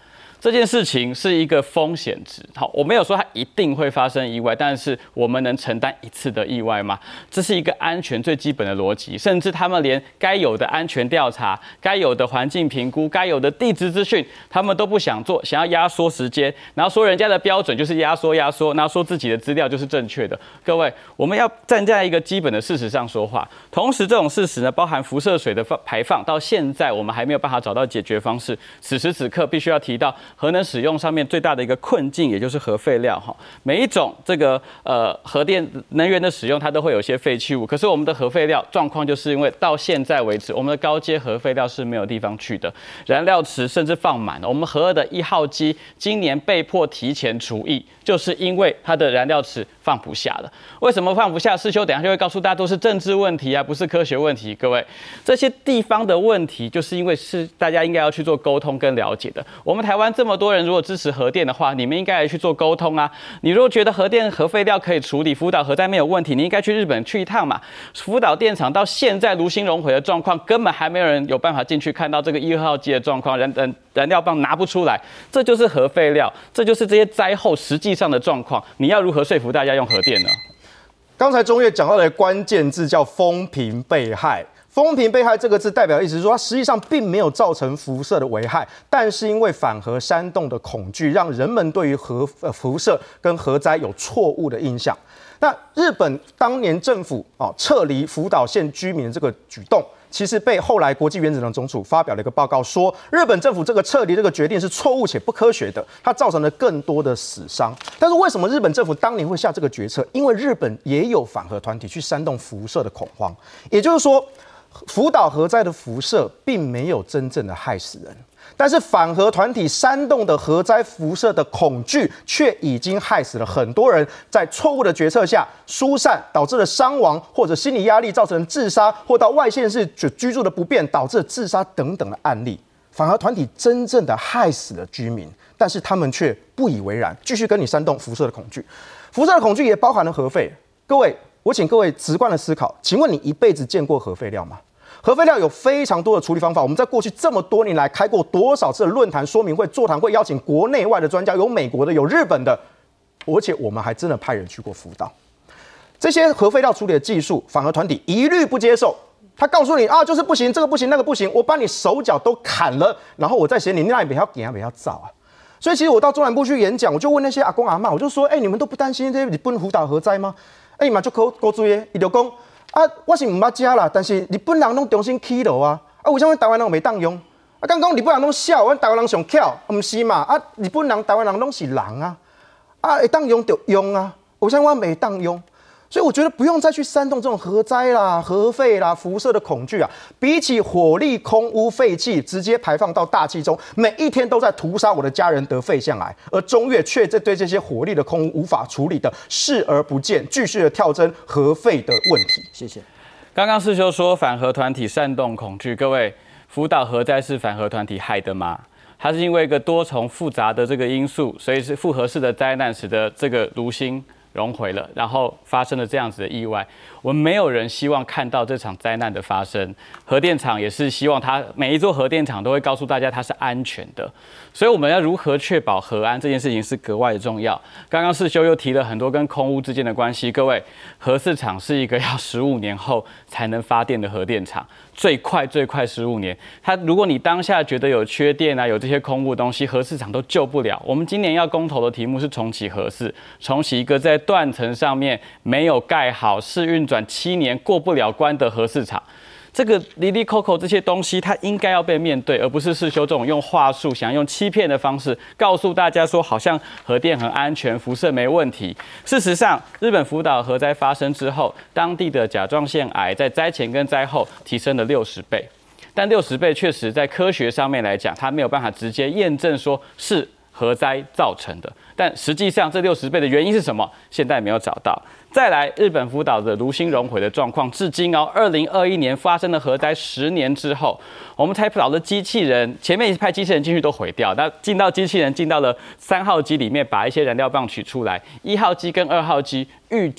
C: 这件事情是一个风险值。好，我没有说它一定会发生意外，但是我们能承担一次的意外吗？这是一个安全最基本的逻辑。甚至他们连该有的安全调查、该有的环境评估、该有的地质资讯，他们都不想做，想要压缩时间，然后说人家的标准就是压缩压缩，然后说自己的资料就是正确的。各位，我们要站在一个基本的事实上说话。同时，这种事实呢，包含辐射水的排放，到现在我们还没有办法找到解决方式。此时此刻，必须要提到核能使用上面最大的一个困境，也就是核废料哈。每一种这个呃核电能源的使用，它都会有一些废弃物。可是我们的核废料状况，就是因为到现在为止，我们的高阶核废料是没有地方去的，燃料池甚至放满了。我们核二的一号机今年被迫提前除役，就是因为它的燃料池放不下了。为什么放不下？世修等一下就会告诉大家，都是政治问题啊，不是科学问题。各位，这些地方的问题，就是因为是大家应该要去做沟通跟了解的。我们台湾这么多人，如果支持核电的话，你们应该来去做沟通啊。你如果觉得核电核废料可以处理，福岛核灾没有问题，你应该去日本去一趟嘛。福岛电厂到现在炉心熔毁的状况，根本还没有人有办法进去看到这个一号机的状况，燃燃燃料棒拿不出来，这就是核废料，这就是这些灾后实际上的状况。你要如何说服大家用核电呢？
B: 刚才中岳讲到的关键字叫风评被害。风评被害这个字代表的意思是说，它实际上并没有造成辐射的危害，但是因为反核煽动的恐惧，让人们对于核呃辐射跟核灾有错误的印象。那日本当年政府啊撤离福岛县居民的这个举动，其实被后来国际原子能总署发表了一个报告说，日本政府这个撤离这个决定是错误且不科学的，它造成了更多的死伤。但是为什么日本政府当年会下这个决策？因为日本也有反核团体去煽动辐射的恐慌，也就是说，福岛核灾的辐射并没有真正的害死人，但是反核团体煽动的核灾辐射的恐惧，却已经害死了很多人，在错误的决策下疏散，导致了伤亡，或者心理压力造成自杀，或到外县市居住的不便，导致了自杀等等的案例。反核团体真正的害死了居民，但是他们却不以为然，继续跟你煽动辐射的恐惧。辐射的恐惧也包含了核废。各位，我请各位直观的思考，请问你一辈子见过核废料吗？核废料有非常多的处理方法，我们在过去这么多年来开过多少次的论坛、说明会、座谈会，邀请国内外的专家，有美国的，有日本的，而且我们还真的派人去过福岛。这些核废料处理的技术，反核团体一律不接受。他告诉你啊，就是不行，这个不行，那个不行，我把你手脚都砍了，然后我再嫌你那里不要给啊，不要造啊。所以其实我到中南部去演讲，我就问那些阿公阿嬷，我就说，哎、欸，你们都不担心这些日本福岛核灾吗？哎、欸，嘛就高高追耶，伊就讲。啊，我是唔捌食啦，但是日本人拢重新起炉啊，啊，为什么台湾人袂当用？啊，刚讲日本人拢笑，阮台湾人上巧，唔是嘛？啊，日本人、台湾人拢是人啊，啊，会当用就用啊，为什么我袂当用？所以我觉得不用再去煽动这种核灾啦、核废啦、辐射的恐惧啊。比起火力、空污、废气直接排放到大气中，每一天都在屠杀我的家人得肺腺癌，而中越却在对这些火力的空污无法处理的视而不见，继续的跳针核废的问题。
A: 谢谢。
C: 刚刚世修说反核团体煽动恐惧，各位，福岛核灾是反核团体害的吗？它是因为一个多重复杂的这个因素，所以是复核式的灾难使得这个炉心熔毁了，然后发生了这样子的意外。我们没有人希望看到这场灾难的发生，核电厂也是希望它每一座核电厂都会告诉大家它是安全的，所以我们要如何确保核安这件事情是格外的重要。刚刚世修又提了很多跟空污之间的关系，各位，核四厂是一个要十五年后才能发电的核电厂，最快最快十五年。它如果你当下觉得有缺电啊，有这些空污东西，核四厂都救不了。我们今年要公投的题目是重启核四，重启一个在断层上面没有盖好、试运转七年过不了关的核四厂。这个哩哩扣扣这些东西，它应该要被面对，而不是世修这种用话术、想用欺骗的方式告诉大家说，好像核电很安全，辐射没问题。事实上，日本福岛核灾发生之后，当地的甲状腺癌在灾前跟灾后提升了六十倍，但六十倍确实在科学上面来讲，它没有办法直接验证说是核灾造成的。但实际上，这六十倍的原因是什么？现在没有找到。再来，日本福岛的炉心熔毁的状况，至今哦，二零二一年发生的核灾十年之后，我们才找了机器人，前面派机器人进去都毁掉，那进到机器人进到了三号机里面，把一些燃料棒取出来，一号机跟二号机预计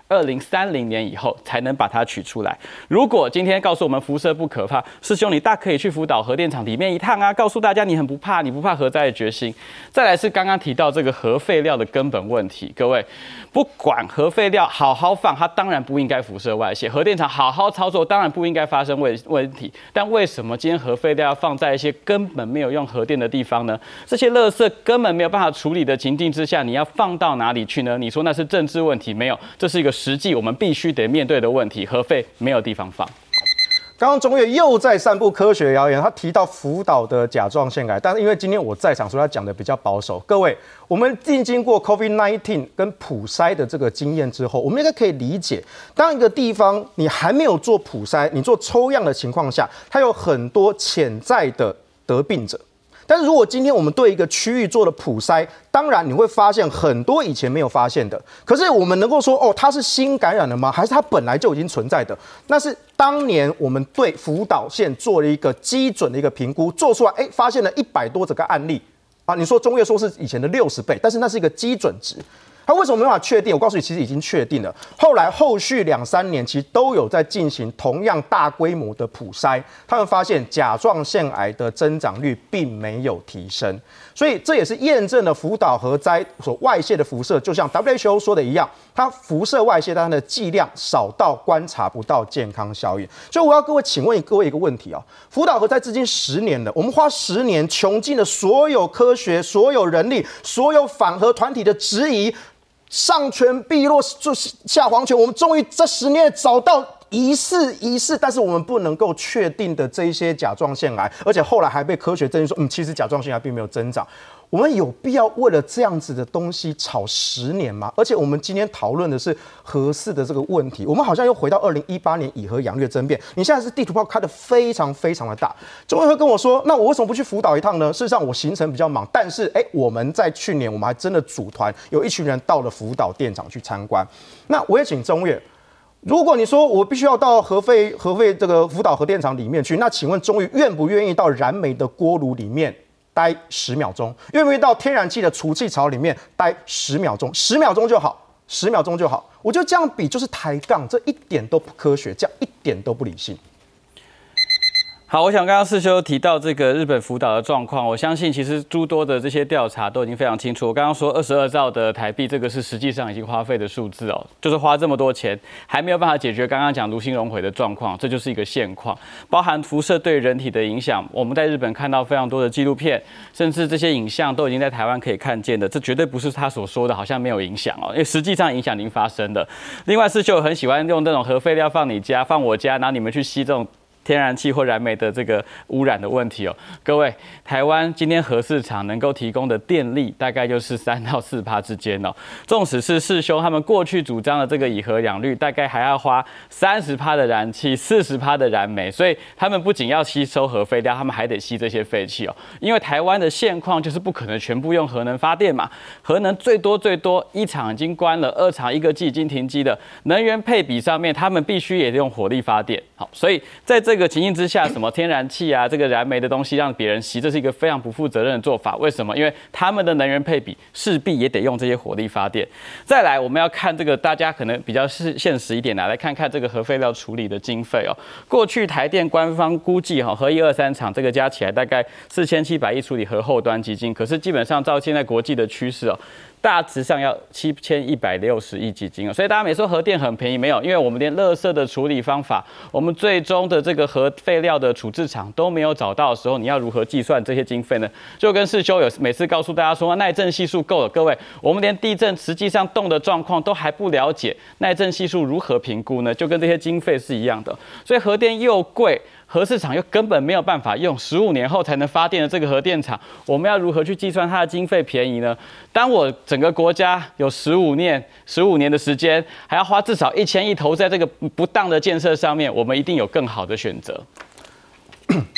C: 二零三零年以后才能把它取出来。如果今天告诉我们辐射不可怕，师兄你大可以去福岛核电厂里面一趟啊，告诉大家你很不怕，你不怕核灾的决心。再来是刚刚提到这个核废料的根本问题，各位，不管核废料好好放，它当然不应该辐射外泄；核电厂好好操作，当然不应该发生问问题。但为什么今天核废料要放在一些根本没有用核电的地方呢？这些垃圾根本没有办法处理的情境之下，你要放到哪里去呢？你说那是政治问题？没有，这是一个实际我们必须得面对的问题。核废没有地方放。
B: 刚刚中岳又在散布科学谣言，他提到福岛的甲状腺癌，但是因为今天我在场，所以他讲的比较保守。各位，我们经经过 COVID 十九 跟普筛的这个经验之后，我们应该可以理解，当一个地方你还没有做普筛，你做抽样的情况下，它有很多潜在的得病者。但是如果今天我们对一个区域做了普筛，当然你会发现很多以前没有发现的。可是我们能够说，哦，它是新感染的吗？还是它本来就已经存在的？那是当年我们对福岛县做了一个基准的一个评估，做出来，哎，发现了一百多这个案例啊。你说中岳说是以前的六十倍，但是那是一个基准值。他为什么没办法确定？我告诉你，其实已经确定了。后来后续两三年，其实都有在进行同样大规模的普筛，他们发现甲状腺癌的增长率并没有提升，所以这也是验证了福岛核灾所外泄的辐射，就像 W H O 说的一样，它辐射外泄，但它的剂量少到观察不到健康效应。所以我要各位请问各位一个问题啊：福岛核灾至今十年了，我们花十年穷尽了所有科学、所有人力、所有反核团体的质疑。上权碧落，就是下黄泉。我们终于这十年找到疑似疑似，但是我们不能够确定的这一些甲状腺癌，而且后来还被科学证据说，嗯，其实甲状腺癌并没有增长。我们有必要为了这样子的东西吵十年吗？而且我们今天讨论的是核四的这个问题，我们好像又回到二零一八年以核养略争辩。你现在是地图炮开得非常非常的大，中卫会跟我说，那我为什么不去福岛一趟呢？事实上我行程比较忙，但是哎、欸，我们在去年我们还真的组团，有一群人到了福岛电厂去参观。那我也请中岳。如果你说我必须要到核废核废这个福岛核电厂里面去，那请问中岳愿不愿意到燃煤的锅炉里面待十秒钟？愿不愿意到天然气的储气槽里面待十秒钟？十秒钟就好，十秒钟就好。我觉得这样比就是抬杠，这一点都不科学，这样一点都不理性。
C: 好，我想刚刚世修提到这个日本福岛的状况，我相信其实诸多的这些调查都已经非常清楚。我刚刚说二十二兆的台币，这个是实际上已经花费的数字哦，就是花这么多钱还没有办法解决刚刚讲炉心熔毁的状况，这就是一个现况。包含辐射对人体的影响，我们在日本看到非常多的纪录片，甚至这些影像都已经在台湾可以看见的，这绝对不是他所说的好像没有影响哦，因为实际上影响已经发生了。另外，世修很喜欢用这种核废料放你家、放我家，然后你们去吸这种天然气或燃煤的这个污染的问题哦，各位，台湾今天核市场能够提供的电力大概就是三到四趴之间哦。纵使是世修他们过去主张的这个以核养绿，大概还要花三十趴的燃气，四十趴的燃煤，所以他们不仅要吸收核废料，他们还得吸这些废气哦。因为台湾的现况就是不可能全部用核能发电嘛，核能最多最多一厂已经关了，二厂一个季已经停机了，能源配比上面他们必须也用火力发电。好，所以在这个情形之下，什么天然气啊，这个燃煤的东西让别人吸，这是一个非常不负责任的做法。为什么？因为他们的能源配比势必也得用这些火力发电。再来，我们要看这个，大家可能比较是现实一点来，来看看这个核废料处理的经费哦。过去台电官方估计哈，核一二三厂这个加起来大概四千七百亿处理核后端基金，可是基本上照现在国际的趋势哦，大致上要七千一百六十亿基金哦。所以大家每说核电很便宜，没有，因为我们连垃圾的处理方法，我们最终的这个核废料的处置厂都没有找到的时候，你要如何计算这些经费呢？就跟世修有每次告诉大家说耐震系数够了，各位，我们连地震实际上动的状况都还不了解，耐震系数如何评估呢？就跟这些经费是一样的。所以核电又贵，核市场又根本没有办法用，十五年后才能发电的这个核电厂，我们要如何去计算它的经费便宜呢？当我整个国家有十五年、十五年的时间，还要花至少一千亿投在这个不当的建设上面，我们一定有更好的选择。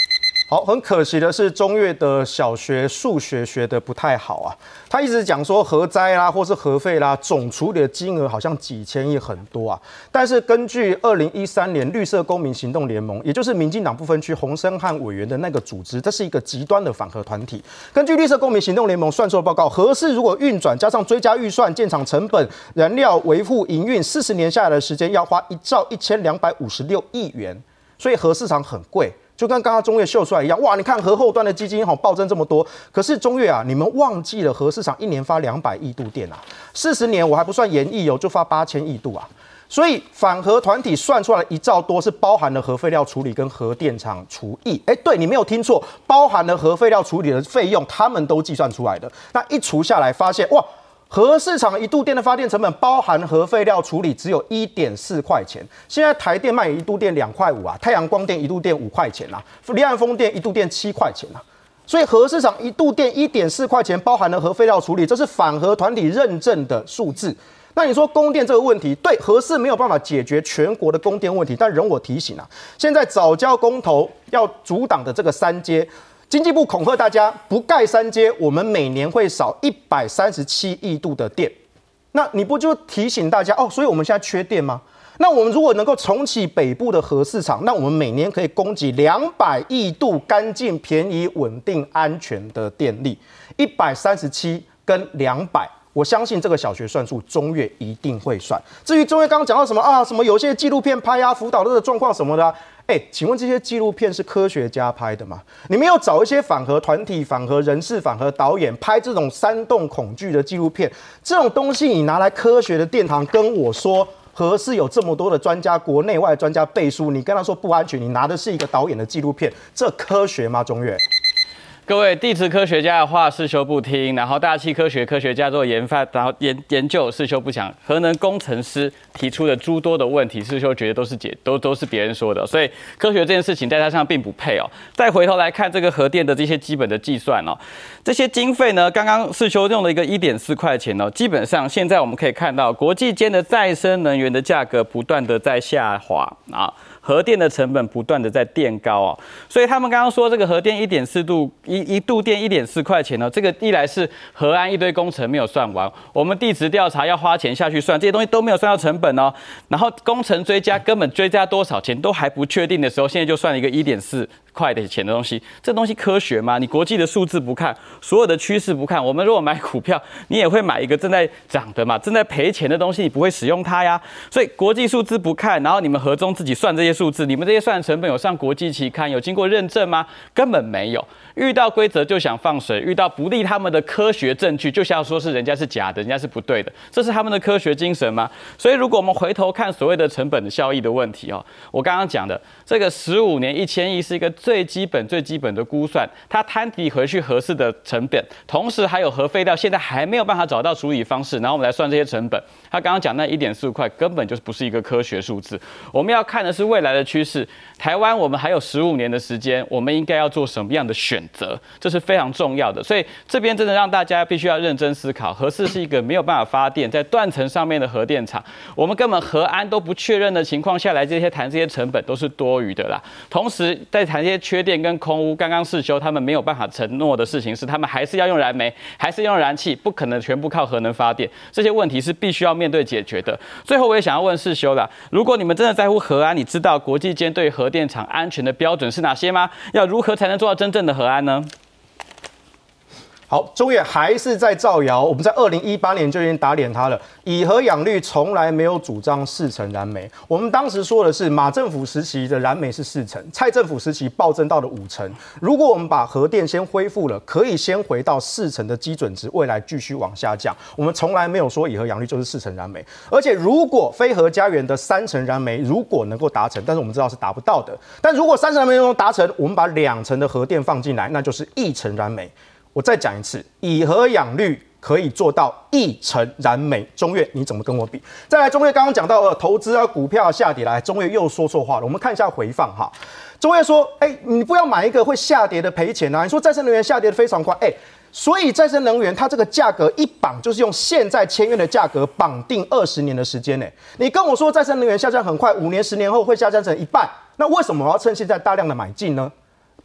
B: 好，很可惜的是，中岳的小学数学学得不太好啊。他一直讲说核灾啦，或是核废啦，总处理的金额好像几千亿很多啊。但是根据二零一三年绿色公民行动联盟，也就是民进党不分区洪申翰委员的那个组织，这是一个极端的反核团体。根据绿色公民行动联盟算出的报告，核四如果运转加上追加预算、建厂成本、燃料维护、营运，四十年下来的时间要花一兆一千两百五十六亿元，所以核市场很贵。就跟刚刚中岳秀出来一样，哇！你看核后端的基金好暴增这么多，可是中岳啊，你们忘记了核市场一年发两百亿度电啊，四十年我还不算延役哦，就发八千亿度啊。所以反核团体算出来一兆多是包含了核废料处理跟核电厂除役，哎，对你没有听错，包含了核废料处理的费用，他们都计算出来的。那一除下来，发现哇！核市场一度电的发电成本，包含核废料处理，只有一点四块钱。现在台电卖一度电两块五啊，太阳光电一度电五块钱啊，离岸风电一度电七块钱啊。所以核市场一度电一点四块钱，包含了核废料处理，这是反核团体认证的数字。那你说供电这个问题，对核四没有办法解决全国的供电问题，但容我提醒啊，现在早教公投要阻挡的这个三阶。经济部恐吓大家，不盖三阶，我们每年会少一百三十七亿度的电。那你不就提醒大家哦？所以我们现在缺电吗？那我们如果能够重启北部的核市场，那我们每年可以供给两百亿度干净、便宜、稳定、安全的电力。一百三十七跟两百。我相信这个小学算术，中岳一定会算。至于中岳刚刚讲到什么啊，什么有些纪录片拍啊、辅导的状况什么的、啊，哎，请问这些纪录片是科学家拍的吗？你们要找一些反核团体、反核人士、反核导演拍这种煽动恐惧的纪录片，这种东西你拿来科学的殿堂跟我说，核是有这么多的专家，国内外专家背书，你跟他说不安全，你拿的是一个导演的纪录片，这科学吗？中岳？
C: 各位地质科学家的话，世修不听；然后大气科学科学家做研发，然后研研究，世修不讲。核能工程师提出的诸多的问题，世修觉得都是解都都是别人说的，所以科学这件事情在他上并不配哦。再回头来看这个核电的这些基本的计算哦，这些经费呢，刚刚世修用了一个一点四块钱哦，基本上现在我们可以看到，国际间的再生能源的价格不断的在下滑啊。核电的成本不断的在垫高哦，所以他们刚刚说这个核电一点四度一一度电一点四块钱呢，这个一来是核安一堆工程没有算完，我们地质调查要花钱下去算，这些东西都没有算到成本哦，然后工程追加根本追加多少钱都还不确定的时候，现在就算一个一点四块的钱的东西，这东西科学吗？你国际的数字不看，所有的趋势不看，我们如果买股票，你也会买一个正在涨的嘛，正在赔钱的东西，你不会使用它呀。所以国际数字不看，然后你们核中自己算这些数字，你们这些算的成本有上国际期刊，有经过认证吗？根本没有。遇到规则就想放水，遇到不利他们的科学证据，就想说是人家是假的，人家是不对的，这是他们的科学精神吗？所以如果我们回头看所谓的成本的效益的问题哦，我刚刚讲的这个十五年一千亿是一个最基本最基本的估算，它摊底回去核四的成本，同时还有核废料，现在还没有办法找到处理方式，然后我们来算这些成本。他刚刚讲那一点四块根本就不是一个科学数字，我们要看的是未来的趋势。台湾我们还有十五年的时间，我们应该要做什么样的选择，这是非常重要的。所以这边真的让大家必须要认真思考，核四是一个没有办法发电，在断层上面的核电厂，我们根本核安都不确认的情况下来，这些谈这些成本都是多余的啦。同时在谈这些缺电跟空污，刚刚世修他们没有办法承诺的事情是，他们还是要用燃煤，还是用燃气，不可能全部靠核能发电，这些问题是必须要面对解决的。最后我也想要问世修啦，如果你们真的在乎核安，你知道国际间对核电厂安全的标准是哪些吗？要如何才能做到真正的核安呢？
B: 好，中岳还是在造谣，我们在二零一八年就已经打脸他了。以核养绿从来没有主张四成燃煤，我们当时说的是马政府时期的燃煤是四成，蔡政府时期暴增到了五成。如果我们把核电先恢复了，可以先回到四成的基准值，未来继续往下降。我们从来没有说以核养绿就是四成燃煤，而且如果非核家园的三成燃煤如果能够达成，但是我们知道是达不到的。但如果三成燃煤能够达成，我们把两成的核电放进来，那就是一成燃煤。我再讲一次，以核养绿可以做到一成燃煤。中岳你怎么跟我比？再来，中岳刚刚讲到呃投资啊股票下跌，来中岳又说错话了。我们看一下回放哈。中岳说，哎、欸，你不要买一个会下跌的赔钱啊！你说再生能源下跌的非常快，哎、欸，所以再生能源它这个价格一绑就是用现在签约的价格绑定二十年的时间呢、欸。你跟我说再生能源下降很快，五年、十年后会下降成一半，那为什么我要趁现在大量的买进呢？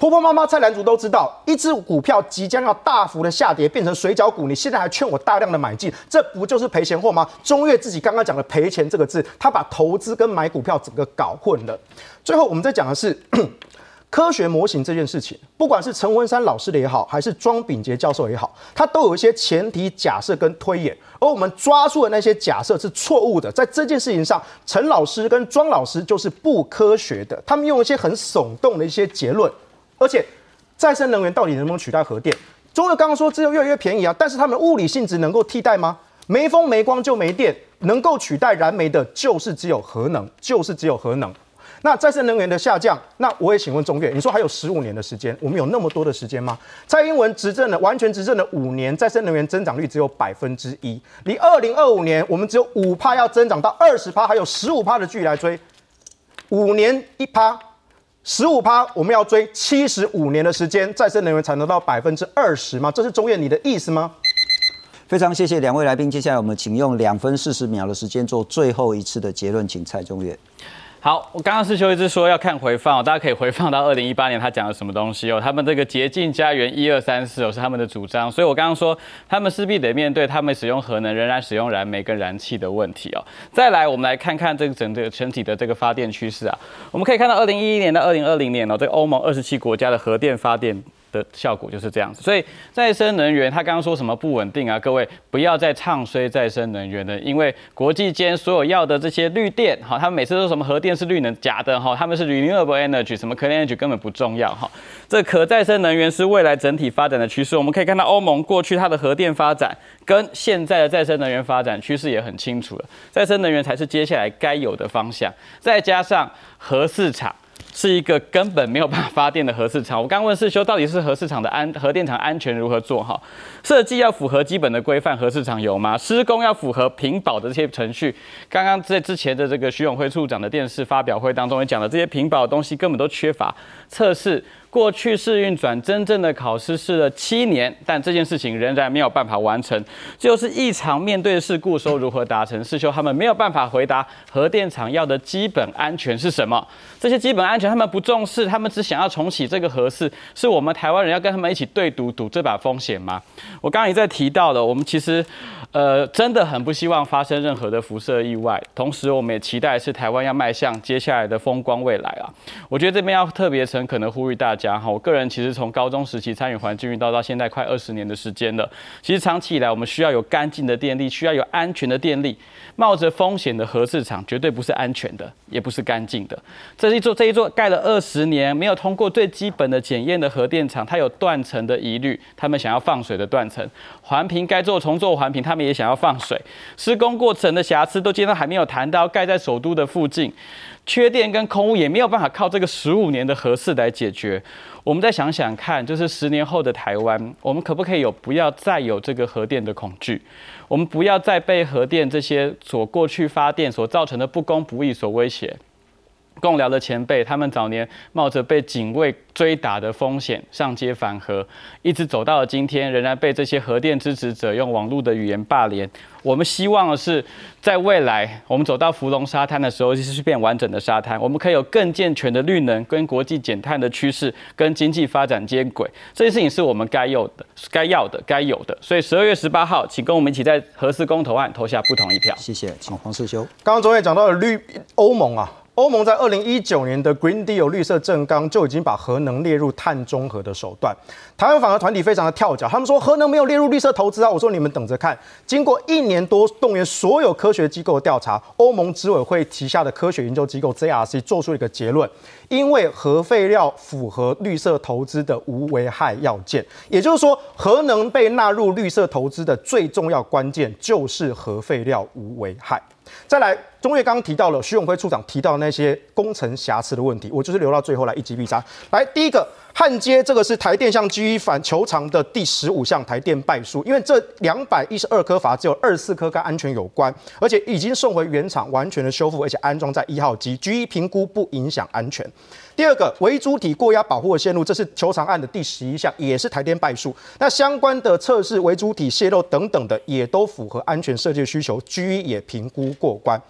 B: 婆婆妈妈、菜篮族都知道，一只股票即将要大幅的下跌，变成水饺股，你现在还劝我大量的买进，这不就是赔钱货吗？中岳自己刚刚讲的赔钱这个字，他把投资跟买股票整个搞混了。最后我们在讲的是科学模型这件事情，不管是陈文山老师的也好，还是庄秉杰教授也好，他都有一些前提假设跟推演，而我们抓住的那些假设是错误的。在这件事情上，陈老师跟庄老师就是不科学的，他们用一些很耸动的一些结论。而且，再生能源到底能不能取代核电？中岳刚刚说只有越来越便宜啊，但是它们物理性质能够替代吗？没风没光就没电，能够取代燃煤的就是只有核能，就是只有核能。那再生能源的下降，那我也请问中岳，你说还有十五年的时间，我们有那么多的时间吗？蔡英文执政的完全执政的五年，再生能源增长率只有百分之一，离二零二五年我们只有五趴要增长到二十趴，还有十五趴的距离来追，五年一趴。十五趴，我们要追七十五年的时间，再生能源才能到百分之二十吗？这是中岳你的意思吗？
A: 非常谢谢两位来宾，接下来我们请用两分四十秒的时间做最后一次的结论，请蔡中岳。
C: 好，我刚刚是修一直说要看回放、哦，大家可以回放到二零一八年他讲了什么东西哦。他们这个洁净家园一二三四哦是他们的主张，所以我刚刚说他们势必得面对他们使用核能仍然使用燃煤跟燃气的问题哦。再来，我们来看看这个整个整体的这个发电趋势啊，我们可以看到二零一一年到二零二零年哦，这个欧盟二十七国家的核电发电的效果就是这样子，所以再生能源，他刚刚说什么不稳定啊？各位不要再唱衰再生能源了，因为国际间所有要的这些绿电，哈，他们每次都说什么核电是绿能，假的哈，他们是 renewable energy， 什么 clean energy 根本不重要哈。这可再生能源是未来整体发展的趋势。我们可以看到欧盟过去它的核电发展跟现在的再生能源发展趋势也很清楚了，再生能源才是接下来该有的方向，再加上核市场。是一个根本没有办法发电的核市场。我刚问世修，到底是核市场的安核电厂安全如何做哈？设计要符合基本的规范，核市场有吗？施工要符合评保的这些程序。刚刚在之前的这个徐永辉处长的电视发表会当中也讲了，这些评保的东西根本都缺乏测试。过去试运转真正的考试试了七年，但这件事情仍然没有办法完成。就是异常面对的事故时候如何达成？世修他们没有办法回答核电厂要的基本安全是什么？这些基本安全他们不重视，他们只想要重启这个核四，是我们台湾人要跟他们一起对赌赌这把风险吗？我刚刚也在提到了，我们其实呃真的很不希望发生任何的辐射意外，同时我们也期待是台湾要迈向接下来的风光未来啊。我觉得这边要特别诚恳的呼吁大家。我个人其实从高中时期参与环境运动到现在快二十年的时间了。其实长期以来，我们需要有干净的电力，需要有安全的电力。冒着风险的核市场绝对不是安全的，也不是干净的。这一座这一座盖了二十年，没有通过最基本的检验的核电厂，它有断层的疑虑，他们想要放水的断层。环评该做重做环评，他们也想要放水。施工过程的瑕疵都今天还没有谈到，盖在首都的附近。缺电跟空污也没有办法靠这个十五年的核四来解决。我们再想想看，就是十年后的台湾，我们可不可以有不要再有这个核电的恐惧？我们不要再被核电这些所过去发电所造成的不公不义所威胁。共寮的前辈，他们早年冒着被警卫追打的风险上街反核，一直走到了今天，仍然被这些核电支持者用网络的语言霸凌。我们希望的是，在未来我们走到福隆沙滩的时候，就是变完整的沙滩，我们可以有更健全的绿能跟国际减碳的趋势，跟经济发展接轨。这些事情是我们该有的、该要的、该有的。所以十二月十八号，请跟我们一起在核四公投案投下不同意票。
A: 谢谢，请黄世修。
B: 刚刚总也讲到了绿欧盟啊。欧盟在二零一九年的 Green Deal 绿色正纲就已经把核能列入碳中和的手段。台湾反核团体非常的跳脚，他们说核能没有列入绿色投资啊。我说你们等着看，经过一年多动员所有科学机构的调查，欧盟执委会旗下的科学研究机构 J R C 做出一个结论，因为核废料符合绿色投资的无危害要件，也就是说，核能被纳入绿色投资的最重要关键就是核废料无危害。再来，中岳刚刚提到了徐永辉处长提到那些工程瑕疵的问题，我就是留到最后来一击必杀。来，第一个焊接，这个是台电向基于反球场的第十五项台电败诉，因为这两百一十二颗阀只有二十四颗跟安全有关，而且已经送回原厂完全的修复，而且安装在一号机 ，G E 评估不影响安全。第二个，微珠体过压保护的线路，这是球场案的第十一项，也是台电败诉。那相关的测试、微珠体泄漏等等的，也都符合安全设计需求 ，G E 也评估过关。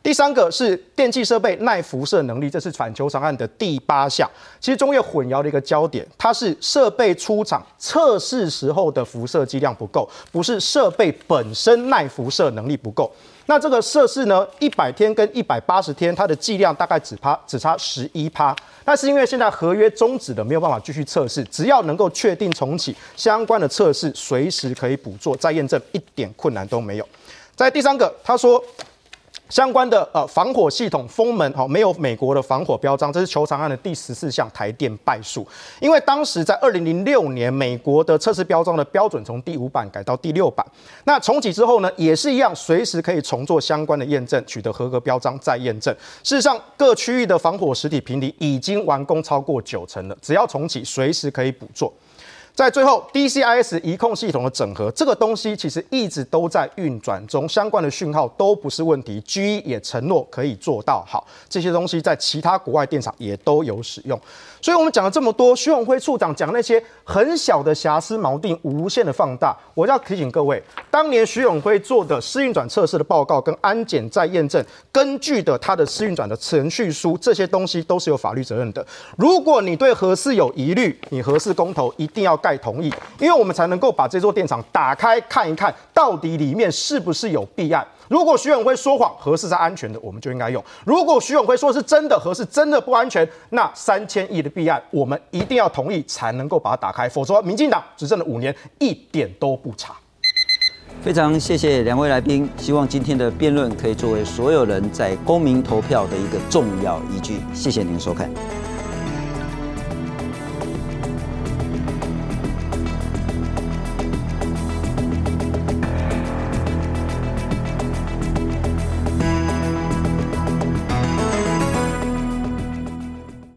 B: 第三个是电气设备耐辐射能力，这是反求偿案的第八项。其实中越混淆的一个焦点，它是设备出厂测试时候的辐射剂量不够，不是设备本身耐辐射能力不够。那这个测试呢，一百天跟一百八十天，它的剂量大概只差只差十一趴。那是因为现在合约终止了，没有办法继续测试，只要能够确定重启相关的测试，随时可以补做再验证，一点困难都没有。在第三个，他说。相关的呃防火系统封门好、哦、没有美国的防火标章，这是求偿案的第十四项台电败诉。因为当时在二零零六年，美国的测试标章的标准从第五版改到第六版，那重启之后呢，也是一样，随时可以重做相关的验证，取得合格标章再验证。事实上，各区域的防火实体评离已经完工超过九成了，只要重启，随时可以补做。在最后 ，D C I S 移控系统的整合，这个东西其实一直都在运转中，相关的讯号都不是问题。G E 也承诺可以做到好，这些东西在其他国外电厂也都有使用。所以我们讲了这么多，徐永辉处长讲那些很小的瑕疵锚定无限的放大，我要提醒各位，当年徐永辉做的试运转测试的报告跟安检再验证，根据的他的试运转的程序书，这些东西都是有法律责任的。如果你对核四有疑虑，你核四公投一定要盖同意，因为我们才能够把这座电厂打开看一看，到底里面是不是有弊案。如果徐永辉说谎，核四是安全的，我们就应该用；如果徐永辉说是真的，核四真的不安全，那三千亿的弊案，我们一定要同意才能够把它打开，否则民进党执政了五年，一点都不差。
A: 非常谢谢两位来宾，希望今天的辩论可以作为所有人在公民投票的一个重要依据。谢谢您的收看。